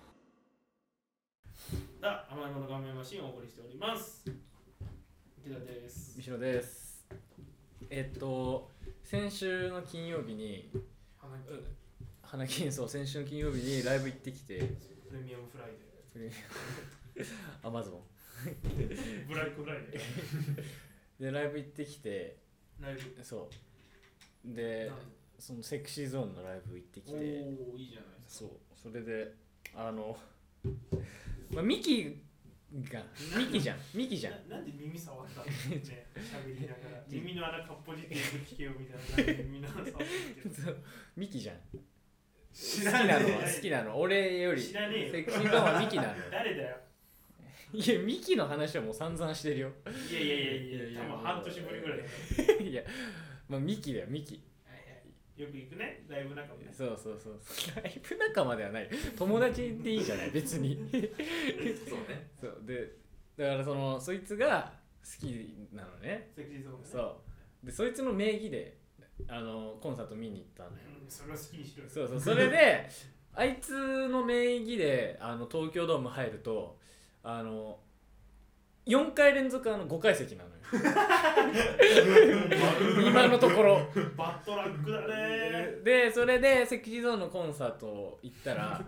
だ、甘いもの顔面マシーンをお送りしております。池田です。 後ろです。えっと先週の金曜日に花金そう先週の金曜日にライブ行ってきて、 プレミアムフライデーアマゾンブラックフライデーでライブ行ってきて、 ライブそうでそのセクシーゾーンのライブ行ってきて、おーいいじゃないですか。そうそれであのまあミキがミキじゃんミキじゃんな, なんで耳触ったのね喋りながら耳の穴かっぽじって聞けよみたいな耳の穴触ってるミキじゃん知らねえ好きなの俺より知らねえセクシーゾーンはミキなの誰だよいやミキの話はもう散々してるよいやいやいやいや多分半年ぶりぐらいいやまあミキだよミキよく行くねライブ仲間ね。 そうそうそうライブ仲間ではない友達でいいじゃない別にそうねそうでだからそのそいつが好きなのね。 セクシーゾーンね。 そうでそいつの名義であのコンサート見に行ったのよ、 うん、それは好きにしろよ。 そうそうそれであいつの名義であの東京ドーム入るとあのよんかい連続あのごかい席なのよ今のところバッドラックだねでそれでセクシーゾーンのコンサート行ったら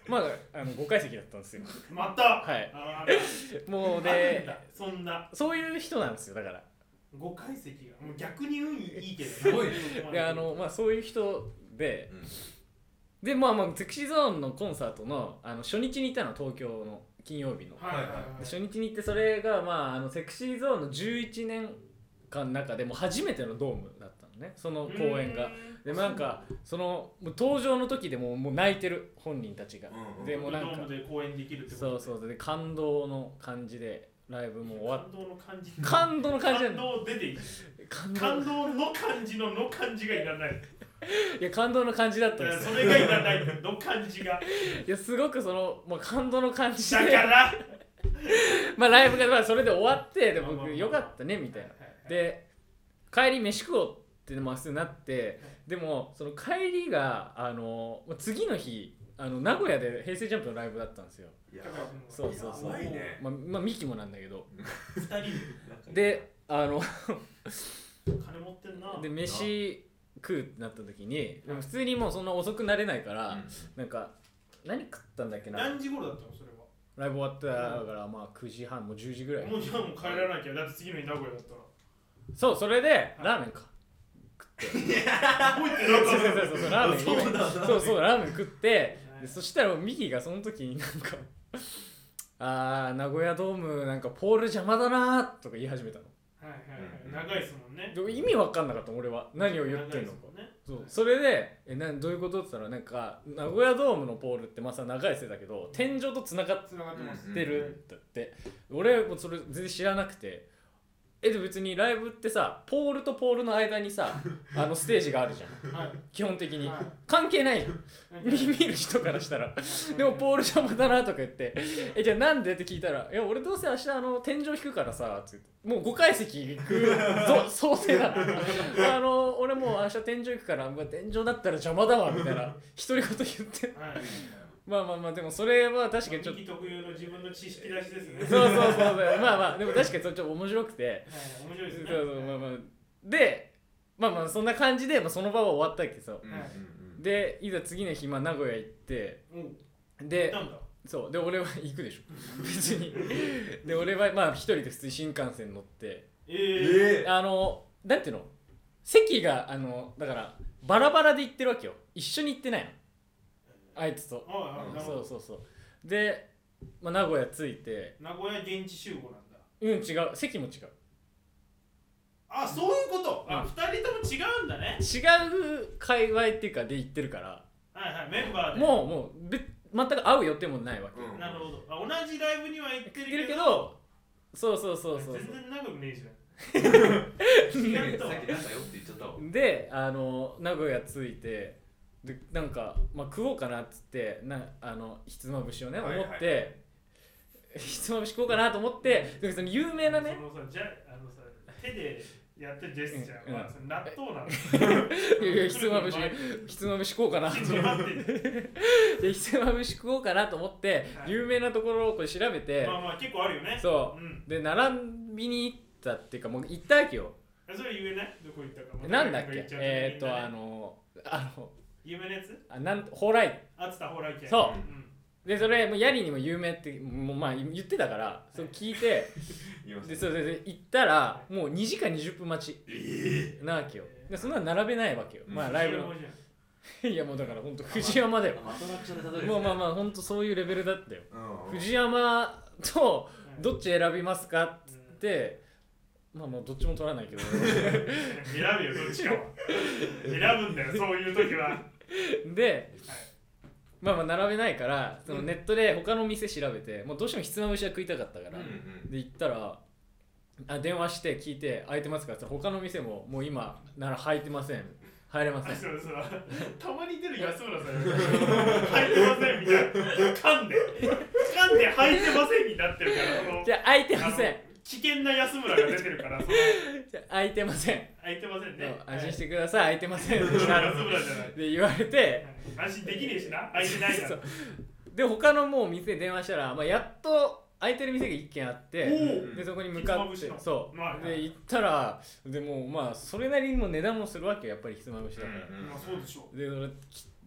まああのごかい席だったんですよ。 またはいあもうでそんなそういう人なんですよ。だからごかい席がもう逆に運いいけどすごいねであの、まあ、そういう人で、 うんでまあまあセクシーゾーンのコンサートのあの初日に行ったの東京の金曜日の、 はいはいはい、 で初日に行ってそれが、まあ、あのセクシーゾーンのじゅういちねんかんの中でも初めてのドームだったのね、その公演が。でなんかそのもう登場の時でもうもう泣いてる本人たちが、 うんうん、 でもなんかドームで公演できるってことそうそうで感動の感じでライブも終わっ感動の感じ感動の感じ感動出ていい感動感動の感じのの感じがいらないいや感動の感じだったんですよ。 それがいらないの感じがいやすごくその、まあ、感動の感じでだからまあライブがまあそれで終わってでまあまあまあ僕よかったねみたいなはいはいはいで帰り飯食おうってまっすぐなってでもその帰りがあの次の日あの名古屋で平成ジャンプのライブだったんですよ。 いやそうそうそう、 やばいね。 まあ、まあミキもなんだけどふたりであの金持ってんなで飯食うってなった時にでも普通にもうそんな遅くなれないから、 うんなんか何食ったんだっけな何時頃だったのそれはライブ終わったからまあくじはんもうじゅうじぐらいもうじゃあもう帰らなきゃだって次の日名古屋だったらそうそれでラーメンか覚えてなそうかったそうそうそうラーメンそうだそうそうラーメン食ってでそしたらミキがその時になんかあー名古屋ドームなんかポール邪魔だなーとか言い始めたの。 はいはいはい長いですもんねでも意味わかんなかった俺は何を言ってんのか。 長いですもんねそうそれでえなどういうことって言ったらなんか名古屋ドームのポールってまあさ長いせいだけど天井とつながっ繋がってますてるって言って俺もそれ全然知らなくてえで別にライブってさポールとポールの間にさあのステージがあるじゃんはい基本的にはい関係ないじゃん見見る人からしたらでもポール邪魔だなとか言ってえじゃあなんでって聞いたらいや俺どうせ明日あの天井引くからさって言ってもうごかい席行くぞ想定なのあの俺もう明日天井行くから天井だったら邪魔だわみたいな独り言言ってはいまあまあまあでもそれは確かにちょっと右特有の自分の知識出しですねそうそうそうそうまあまあでも確かにそれちょっと面白くてはい面白いですねそうそうまあまあでまあまあそんな感じで、まあ、その場は終わったわけさ、 うんうんうんでいざ次の日、まあ、名古屋行ってうんでなんだそうで俺は行くでしょ別にで俺はまあ一人で普通に新幹線乗ってええあのなんていうの席があのだからバラバラで行ってるわけよ一緒に行ってないのあいつとああなるほどそうそうそうで、まあ、名古屋着いて名古屋現地集合なんだうん違う席も違うあそういうことあうん二人とも違うんだね違う界隈っていうかで行ってるからはいはいメンバーでもうもうべ全く会う予定もないわけ、 うんなるほどあ同じライブには行って行ってるるけどけどそうそうそうそう全然長くねえじゃんさっきなんかよって言っちゃったわであの名古屋着いてでなんか、まあ、食おうかなっつってなあのひつまぶしをね思はいはいって、ひつまぶし食おうかなと思ってでもその有名なねそのさじゃあのさ手でやってるジェスチャーは、 うんその納豆なのいやいやひつまぶしひつまぶし食おうかなとちょっと待ってでひつまぶし食おうかなと思って、 はい有名なところをこれ調べて、 まあまあ結構あるよねそううんで並びに行ったっていうかもう行ったわけよそれ言えないどこ行ったか、まあなんだっけどこ行ちゃうえー、っとみんなねあのあの有名なやつあなん蓬莱あつた蓬莱系そううんでそれもうヤリにも有名ってもうまあ言ってたからそれ聞いて言いましたでそれで行ったらもうにじかんにじゅっぷん待ちなわけよでそんなの並べないわけよ、 うんまあライブの藤山じいやもうだからほんと藤山だよアトラクションで例えるもうまあまあほんとそういうレベルだったようん藤山とゃんどっち選びますかっつってまあもうどっちも取らないけど選べよどっちかは選ぶんだよそういう時はでまあまあ並べないからそのネットで他の店調べてもうどうしてもひつまぶしは食いたかったから、 うんうんで行ったらあ電話して聞いて空いてますかって言ったら他の店ももう今なら空いてません入れませんそうそうたまに出る安村さんよ履いてませんみたいな噛んで噛んで履いてませんになってるからそのじゃあ空いてませんあの危険な安村が出てるからそのじゃあ空いてません空いてませんね安心してください空いてません安村じゃないで言われて安心できねえしな空いてないからそうで他のもう店電話したら、まあ、やっと空いてる店がいっけんあっておでそこに向かってひつまぶしのそう、 はいはいで行ったらでもうまあそれなりにも値段もするわけよやっぱりひつまぶしだから、 うんうんまあそうでしょうで俺き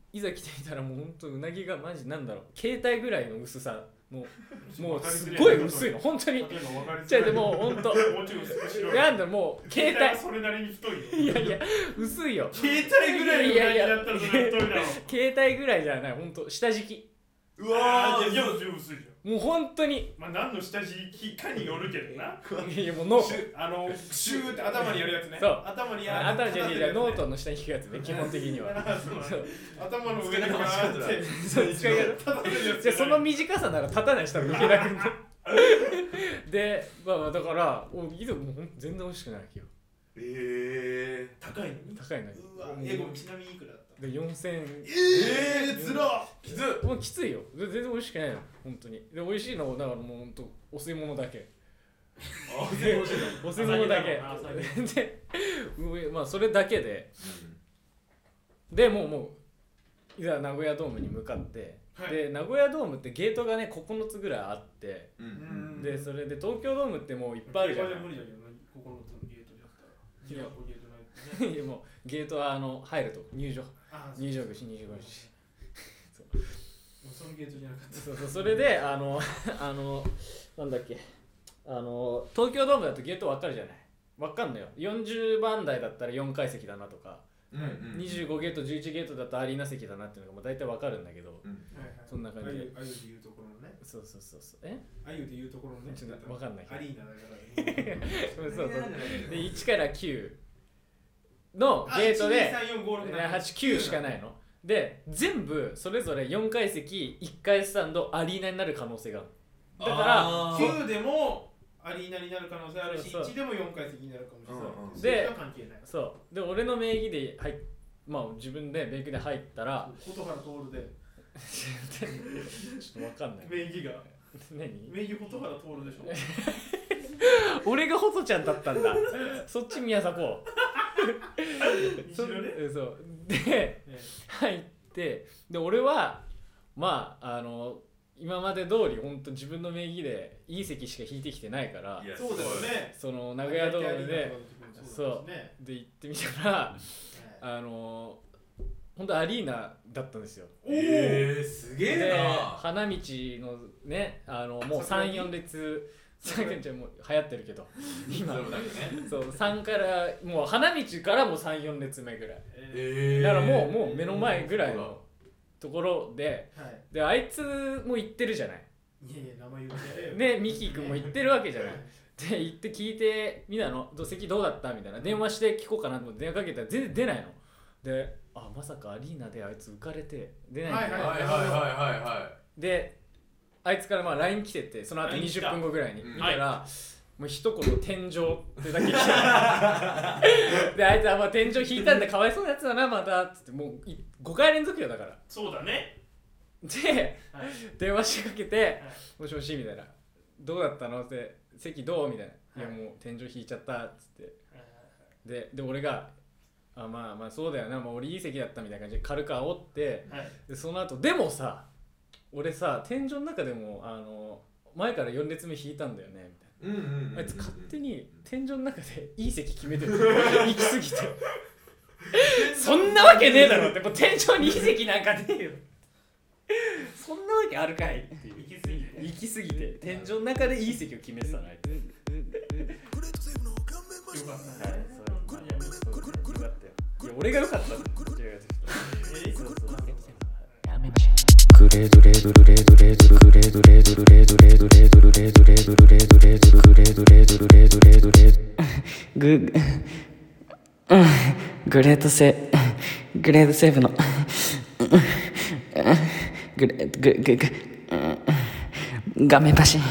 いざ来てみたらもうほんとうなぎがマジなんだろう携帯ぐらいの薄さもうもうすごい薄いの本当にじゃあでもほんとなんだもう携帯それなりに太いいやいや薄いよ携帯ぐらいのうなぎだったらそれ太いだろ携帯ぐらいじゃないほんと下敷きうわーいやいや薄いじゃんもう本当にまあ何の下敷きかによるけどないやもうノートあのシューって頭にやるやつねそう頭にやる頭じゃねえノートの下に引くやつね基本的には頭の上にバーってそう使い方じゃあその短さなら立たない人は抜けなくてでまあまあだからおいつももう全然美味しくない今日ええ高いのに高いのにうわえごちなみにいくらだったでよんせんえんえーつらきつっもうきついよ全然美味しくないの本当にで美味しいのだからもうほんとお吸い物だけあお吸い物だけでまあそれだけででもうもういざ名古屋ドームに向かって、はい、で名古屋ドームってゲートがねここのつぐらいあって、うん、でそれで東京ドームってもういっぱいあるじゃない無理だけどここのゲートでやったらいやゲートないってねもうゲートはあの入ると入場入場口入場口そうそのゲートじゃなかったそうそうそれであのあのなんだっけあの東京ドームだとゲート分かるじゃない分かんないよよんじゅうばん台だったらよんかい席だなとか、うんうん、にじゅうごゲートじゅういちゲートだとアリーナ席だなっていうのがもう大体分かるんだけど、うんはいはい、そんな感じであゆで言うところのねそうそうそうそうえあゆで言うところのねちょっと分かんないアリーナだからそうそうそうでいちからきゅうのゲートではち、きゅうしかないので全部それぞれよんかい席いっかいスタンドアリーナになる可能性があるだからきゅうでもアリーナになる可能性あるしいちでもよんかい席になるかもしれない、うんうん、 でそれは関係ないそうで俺の名義で入っまあ自分で名義で入ったら蛍原徹でちょっと分かんない名義が何名義蛍原徹でしょ俺がホトちゃんだったんだそっち宮迫そ, ね、そうで、ね、入ってで俺はまああの今まで通り本当自分の名義でいい席しか引いてきてないからそうだよねその名古屋ドームでそうで行ってみたらあの本当アリーナだったんですよ。 えー、すげえな。 花道のねあのもうさん、よん列さんちゃんもう流行ってるけど今そうさんからもう花道からもさん、よん列目ぐらい、えー、だからもうもう目の前ぐらいのところで、はい、であいつも行ってるじゃない。 いやいや名前言うねねミキ君も行ってるわけじゃない。で行って聞いてみたの席どうだったみたいな電話して聞こうかなと思って電話かけたら全然出ないのであまさかアリーナであいつ浮かれて出ないんだよ。 はいはいはいはいはいであいつからまあ ライン 来ててその後にじゅっぷんごぐらいに見たら、はい、もう一言天井ってだけ来てであいつはまあ天井引いたんでかわいそうなやつだなまたっつってもうごかい連続よだからそうだねで、はい、電話しかけて、はい、もしもしみたいなどうだったのって席どうみたいな、はい、いやもう天井引いちゃったっつって、はい、で, で俺があまあまあそうだよな、まあ、俺いい席だったみたいな感じで軽く煽って、はい、でその後でもさ俺さ天井の中でもあの前からよん列目引いたんだよねみたいな、うんうんうんうん、あいつ勝手に天井の中でいい席決めてる行き過ぎてそんなわけねえだろってもう天井にいい席なんかねえよそんなわけあるかいっていう行き過ぎて行き過ぎて天井の中でいい席を決めてたのあいつよかったねいや俺が良かったんだよグレードレードルレードレードルグレードレードルレードレードレードルレードレードルレードレードルグレードレードルレードレードレードググレードセグレードセーブのグレグググ画面パシン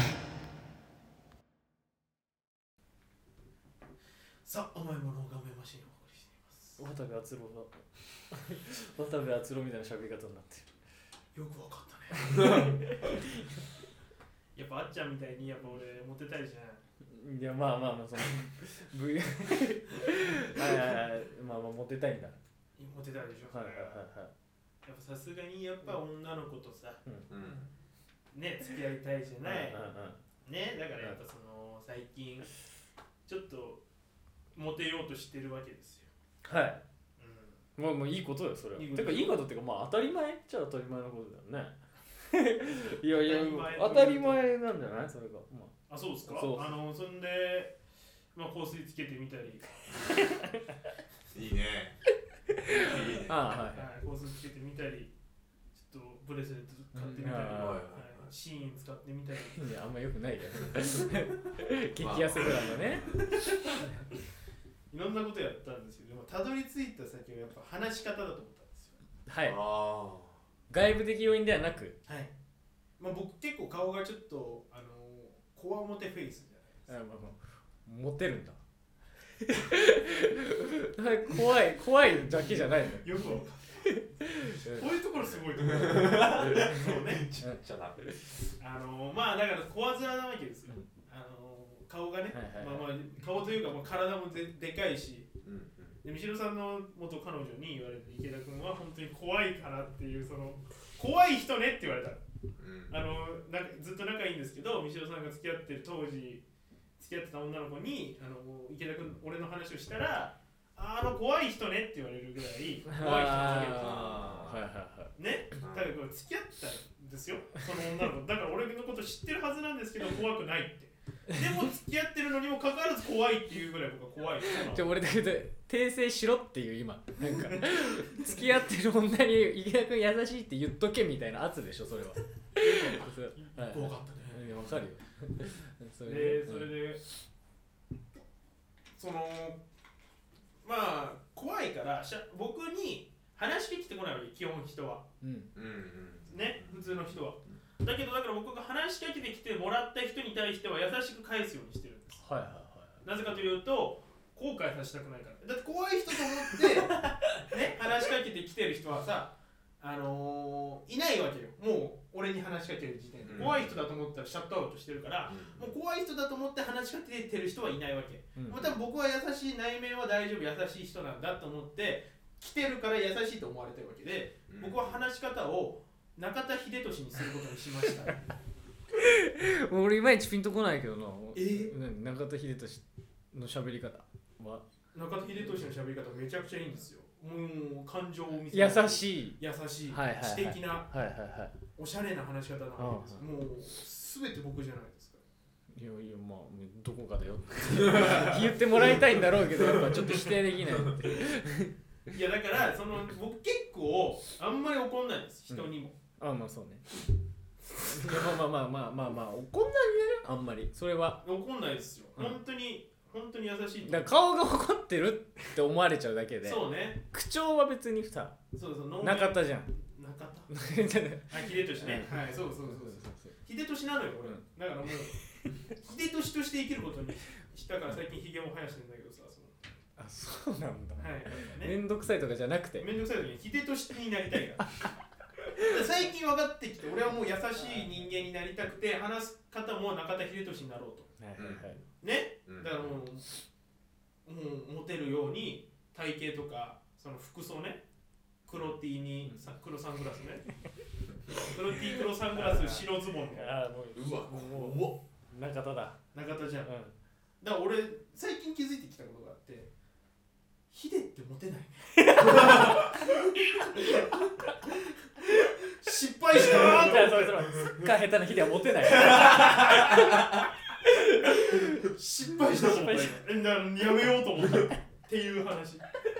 さあ甘いものを画面マシンをお送りしています渡部篤郎が渡部篤郎みたいな喋り方になってるよくわかったねやっぱあっちゃんみたいにやっぱ俺モテたいじゃんいやまあまあまあその V はいはいはいまあまあモテたいんだモテたいでしょはいはいはいはいやっぱさすがにやっぱ女の子とさ、うん、ね付き合いたいじゃない、うんうん、ねだからやっぱその最近ちょっとモテようとしてるわけですよはい、 まあもういいことだよそれは。 いいことてかいいことっていうかまあ当たり前っちゃ当たり前のことだよね。いやいや当当たり前なんじゃないそれが。まあ、そうですか。 そうあのそんで、まあ香水つけてみたり。 いいね。いいね。 あ、あはい。 はい、香水つけてみたり、ちょっとブレスレット買ってみたり、 うんはい、シーン使ってみたり。 いやあんま良くないよ。激痩せブランドね。 いろんなことやったんですけど、でもたどり着いた先はやっぱ話し方だと思ったんですよ。 はい。 あ外部的要因ではなく。 はい。まあ僕結構顔がちょっとあのこわもてフェイスじゃないですか。 あまあまあモテるんだ。怖い怖いだけじゃないのよ。 よくわかんない。こういうところすごいと思う。そうね。 ちっちゃな。 あのまあだから小面なわけですよ。あの顔がね、 はいはいはい、 まあまあ顔というかもう体もででかいし、 うんうん、 で三代さんの元彼女に言われて池田君は本当に怖いからっていうその怖い人ねって言われた。うん、あのなんかずっと仲いいんですけど、三代さんが付き合ってる当時付き合ってた女の子にあの池田君俺の話をしたら。あの怖い人ねって言われるぐらい怖い人なんだけど、 はいはいはい、 ね、だからこれ付き合ったんですよ、その女の子。だから俺のこと知ってるはずなんですけど怖くないって。でも付き合ってるのにもかかわらず怖いっていうぐらい僕は怖い。 じゃあ俺だけど訂正しろっていう今なんか付き合ってる女に池田君優しいって言っとけみたいな圧でしょそれは。 怖かったね。 いやわかるよ。 それで、それでそのまあ怖いからしゃ僕に話しかけてこないわけ基本人は、うんうん、ね普通の人は、うん、だけどだから僕が話しかけてきてもらった人に対しては優しく返すようにしてるんです、はいはいはい、なぜかというと後悔させたくないから。だって怖い人と思ってね話しかけてきてる人はさあのー、いないわけよ。もう俺に話しかける時点で、うん、怖い人だと思ったらシャットアウトしてるから、うん、もう怖い人だと思って話しかけてる人はいないわけ、うん、多分僕は優しい内面は大丈夫優しい人なんだと思って来てるから優しいと思われてるわけで、うん、僕は話し方を中田英寿にすることにしました。 俺いまいちピンとこないけどな。 えー、 中田英寿の喋り方は中田英寿の喋り方めちゃくちゃいいんですよ。もう感情を見せる優しい優しい、 はいはいはい、 知的な、 はいはいはい、 おしゃれな話し方なわけです。もうすべて僕じゃないですか。 いやいやまあどこかだよ言ってもらいたいんだろうけどやっぱちょっと否定できないっていやだからその僕結構あんまり怒んないんです人にも、 うん、あまあそうね。いやまあまあまあまあまあまあ怒んないねあんまりそれは怒んないですよ、うん、本当に本当に優しい。 だから顔が怒ってるって思われちゃうだけで。そうね。口調は別にさ。そうそう。なかったじゃん。なかった。あ、秀俊ね。はい、そうそうそうそう。秀俊なのよ俺。だからもう秀俊として生きることにしたから最近ヒゲも生やしてんだけどさ。そのあ、そうなんだ。はい。 ね、 めんどくさいとかじゃなくて。 めんどくさい時に秀俊になりたいから。最近分かってきて俺はもう優しい人間になりたくて話す方も中田秀俊になろうと。はいはいはい。ね、うん、だからもう、もうモテるように体型とかその服装ね、黒 T に黒サングラスね、黒 T 黒サングラス白ズボンの、ああもううわもう中田だ中田じゃん、うん、だから俺最近気づいてきたことがあって、ヒデってモテないね失敗したーって。じゃあそれそれサッカー下手なヒデはモテない失敗したと思ったやめようと思ったっていう話。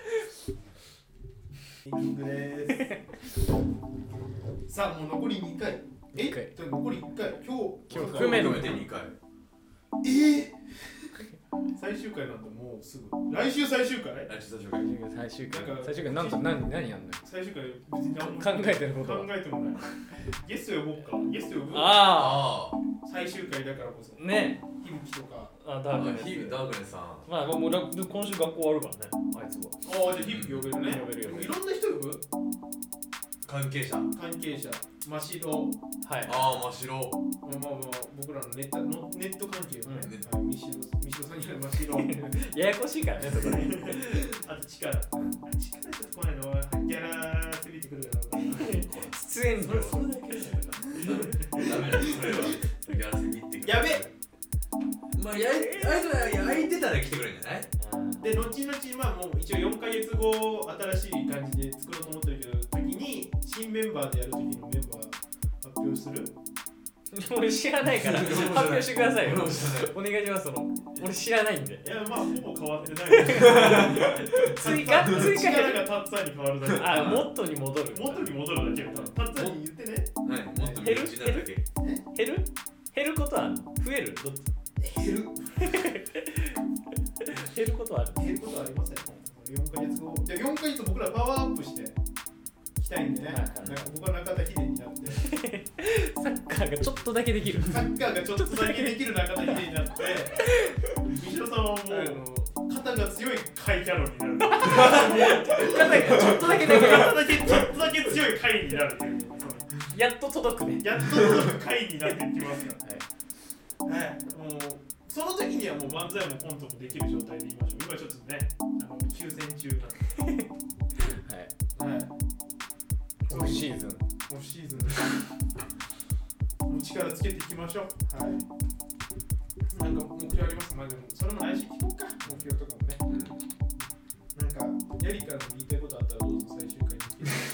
エンディングでーす。さあもう残りにかい。えっ残りいっかい。今日今日含めのにかい。 えー、最終回なんてもうすぐ。来週最終回？ 来週最終回。 最終回。最終回なんと何何やんの？ 最終回別に何も考えてること考えてもない。ゲスト呼ぼうか。ゲスト呼ぶ？ ああ。 最終回だからこそ。 ね。 ひぶきとか。 あダークネス。ダークネスさん。 まあもう今週学校終わるからね。あいつは。 ああじゃあひぶき呼べるね。呼べるよ。いろんな人呼ぶ？ 関係者。 関係者。真白。 はい。ああ真白。 まあまあまあ僕らのネットのネット関係のね。はい。ミシロミシロさんには真白。ややこしいからねそこね。あと力。あ力ちょっと来ないの。ギャラすぎてくるから。出演料。それだけダメだそれは。ギャラすぎてくる。 やべ。 まあやあいつら焼いてたら来てくれるんじゃない？ で後々まあもう一応よんかげつご新しい感じで作ろうと思ってるけど時に新メンバーでやる時のメンバー発表する？ 俺知らないから発表してくださいよ。お願いします。その俺知らないんで。 いやまあほぼ変わってない。 追加追加力がタッツァに変わるだけ。 あ、モットに戻る。 元に戻るだけよ。タッツァに言ってね。 何？もっと減る身内になるだけ。 減る？減ることはある？増える？どっち？ 減る。 減ることはある？ 減ることはありません。よんかげつご。じゃあよんかげつ僕らパワーアップしていきたいんでね。なんか僕は中田秀になって。 サッカーがちょっとだけできる。 サッカーがちょっとだけできる中田秀になって、三代さんはもう肩が強い回キャロになる。肩がちょっとだけできる。 肩だけちょっとだけ強い回になるという。 やっと届くね。 やっと届く回になっていきますから。はい。はい。もうその時にはもう漫才もコントもできる状態でいましょう。今ちょっとね、あの休戦中なんで。はい。はい。 オフシーズン。 オフシーズン。もう力つけていきましょう。はい。なんか目標あります？まあでもそれも来週聞こうか。目標とかもね。うん、なんかやりからの言いたいことあったらどうぞ最終回に。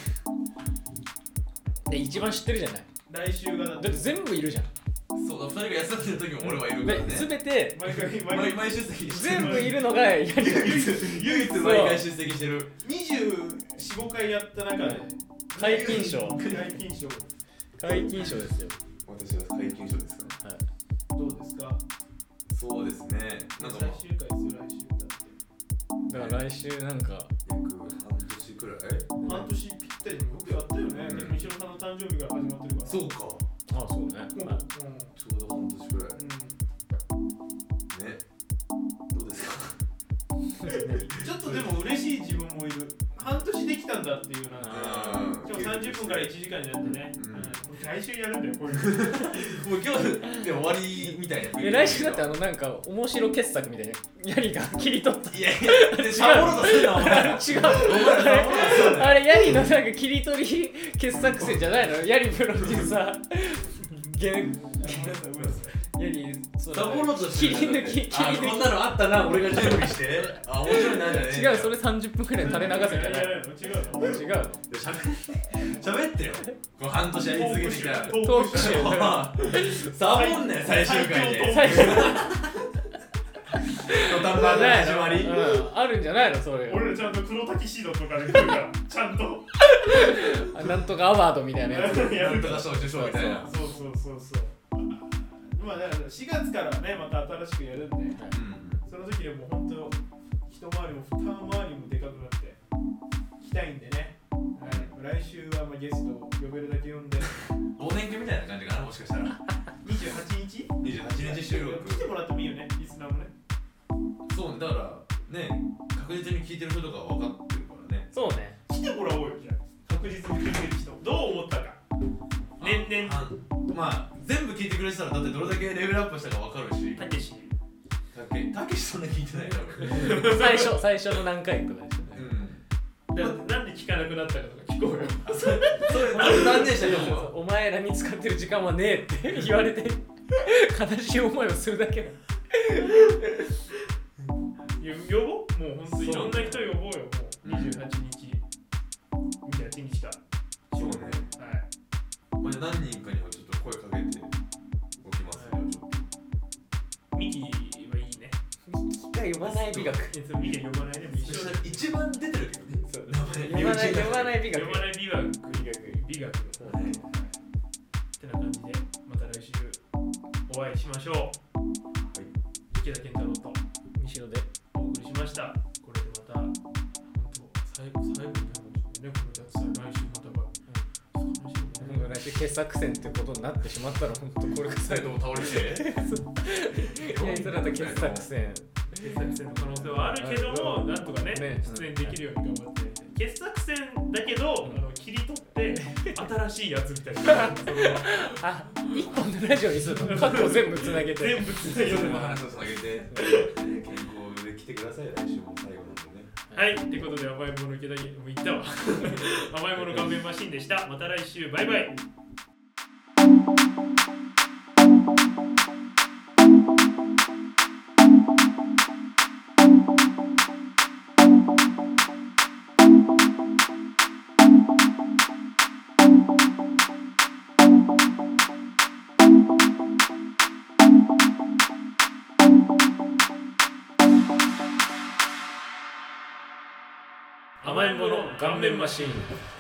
で一番知ってるじゃない。 来週がだって, だって全部いるじゃん。 そうだ、ふたりが休んでる時も俺はいるからね。 すべて毎回毎毎毎出席してる。 全部いるのがやり唯一唯一毎回出席してる。 にじゅうよん、ごかいやった中で解禁賞。 解禁賞。 解禁賞ですよ。 私は解禁賞ですから。 はい。どうですか？ そうですね。なんか、まあ、 最終回ですよ、来週だって。 だから来週なんか約半年くらい？ 半年ぴったりに僕やったよね。三代さんの誕生日が始まってるから。 そうか。 ああ、そうね。 うん、 ちょうど半年くらい。うん、ね。どうですか？ ちょっとでも嬉しい自分もいる。半年できたんだっていうなんか。今日さんじゅっぷんからいちじかんになってね。うんうん、来週やるんだよ、こういう。 もう今日で終わりみたいな。 え、来週だってあのなんか面白傑作みたいなヤリが切り取った。 いやいや、サボろうとするなお前。 違う。あれヤリのなんか切り取り傑作選じゃないの？ヤリプロデューサー。ゲヤリサボろうとしてる。 切り抜き切り抜き。 こんなのあったな、俺が準備して。あ、面白いなじゃねえ。 違う、それさんじゅっぷんくらい垂れ流せじゃない。 違うの。 違うの。 喋ってよ。この半年やり続けてきたトークショー。サボんねん、最終回で。 最終回。 土壇場の始まり、 うん、あるんじゃないのそれ。 俺らちゃんと黒タキシードとかで来るからちゃんとなんとかアワードみたいなやつ。 なんとか賞受賞みたいな。 そうそうそうそう。まあだからしがつからはねまた新しくやるんで、うん、その時でもう本当一回りも二回りもでかくなって来たいんでね。はい、来週はまあゲストを呼べるだけ呼んで。 忘年会みたいな感じかなもしかしたら。 にじゅうはちにち？ にじゅうはちにち収録。 来てもらってもいいよね、リスナーもね。 そうね、だからね、確実に聞いてる人とか分かってるからね。 そうね。 来てもらおうよ、じゃあ。確実に聞いてる人。どう思ったか。年々。 まあ、全部聞いてくれてたら、だってどれだけレベルアップしたか分かるし。 たけし。 たけしそんな聞いてないだろ。 最初、最初の何回とかでしょね。 うん。なんで聞かなくなったかとか聞こうよ。 それ、何年したよ、 お前らに使ってる時間はねえって言われて、悲しい思いをするだけだ。 呼ぼうもう本当にいろんな人呼ぼうよ、もうにじゅうはちにち。にじゅうはちにちか。 そうね。 はい。 まあ、じゃあ何人かにはちょっと声かけておきますよ、ちょっと。ミキはいいね。 ミキが呼ばない美学。 ミキ呼ばないでも一緒だ。 一番出てるけどね。 そう。呼ばない呼ばない美学。 呼ばない美学。美学。美学。はい。ってな感じで、また来週お会いしましょう。はい。池田健太郎と西野でお送りしました。これでまた、本当、最後、最後になるんですよね。これで来週またが。 来週傑作選ってことになってしまったら、本当これが最後も倒れて。 いや、それだと傑作選。 傑作選の可能性はあるけども、なんとかね、ね出演できるように頑張って。傑作選だけど、うん、あの切り取って新しいやつみたいな。 あ、一本のラジオにするの。過去全部つなげて。 全部つなげて。 話をつなげて。健康で来てください。来週も最後なんでね。 はい、ということで甘いもの池田もう言ったわ。甘いもの顔面マシンでした。また来週、バイバイ。 甘えん坊の顔面マシーン。